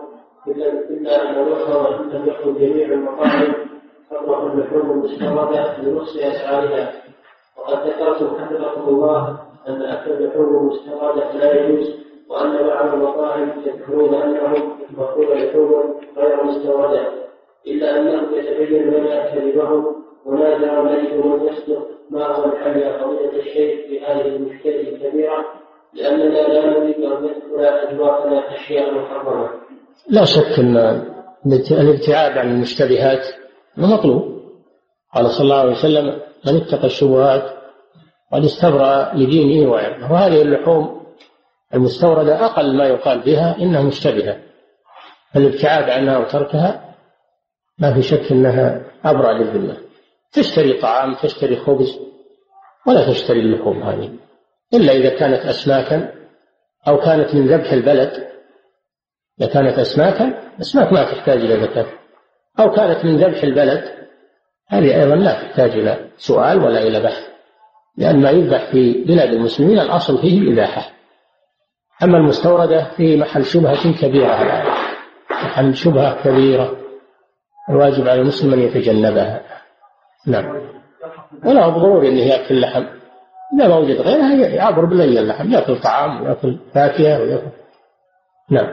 Speaker 1: يحفظ أن تدخل جميع المطاعم تطرح اللحوم المستوردة بنصف أسعارها. وقد ذكرتم حفظكم الله أن أكل اللحوم المستوردة لا يجوز، وأن بعض المطاعم يذكرون أنهم يطبخون لحوم غير مستوردة، إلا أنه يتبين لنا كذبهم ونادر ملك من يصدق. ما هو الحل يا فضيلة الشيخ في هذه المشكلة الكبيرة، لأننا لا نريد أن ندخل أجواءنا أشياء محرمة؟
Speaker 3: لا شك أن الابتعاد عن المشتبهات مطلوب. قال صلى الله عليه وسلم: من اتقى الشبهات قد استبرأ لدينه وعرضه. وهذه اللحوم المستوردة أقل ما يقال بها إنها مشتبهة، الابتعاد عنها وتركها ما في شك أنها أبرأ للذمة. تشتري طعام، تشتري خبز، ولا تشتري اللحوم هذه إلا إذا كانت أسماكا أو كانت من ذبح البلد. إذا كانت أسماك ما تحتاج إلى زكاة، أو كانت من ذبح البلد هذه أيضا لا تحتاج إلى سؤال ولا إلى بحث، لأن ما يذبح في بلاد المسلمين الأصل فيه الإباحة. أما المستوردة في محل شبهة كبيرة، محل شبهة كبيرة الواجب على المسلم أن يتجنبها. نعم. ولا ضروري أنه يأكل لحم، إذا ما وجد غيرها يعبر بالليل اللحم، يأكل طعام ويأكل فاكهة ويأكل. نعم.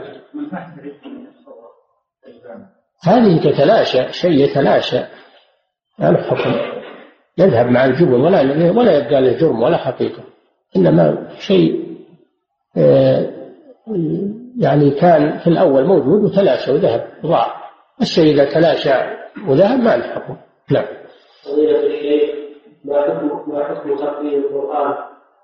Speaker 3: هذه تتلاشى، شيء يتلاشى له حكم، يذهب مع الجبن ولا يبقى له جرم ولا حقيقة، إنما شيء يعني كان في الأول موجود وتلاشى وذهب ضاع. الشيء إذا تلاشى وذهب ما له حكم. نعم.
Speaker 1: فضيلة الشيخ، ما حكم تقرير القرآن؟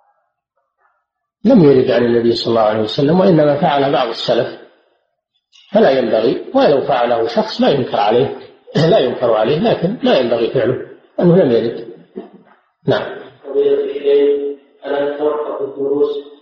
Speaker 3: لم يرد عن النبي صلى الله عليه وسلم، وإنما فعل بعض السلف، فلا ينبغي، ولو فعله شخص لا ينكر عليه، لكن لا ينبغي فعله أنه لم يرد. نعم.
Speaker 1: فضيلة الشيخ، ألا توقف الدروس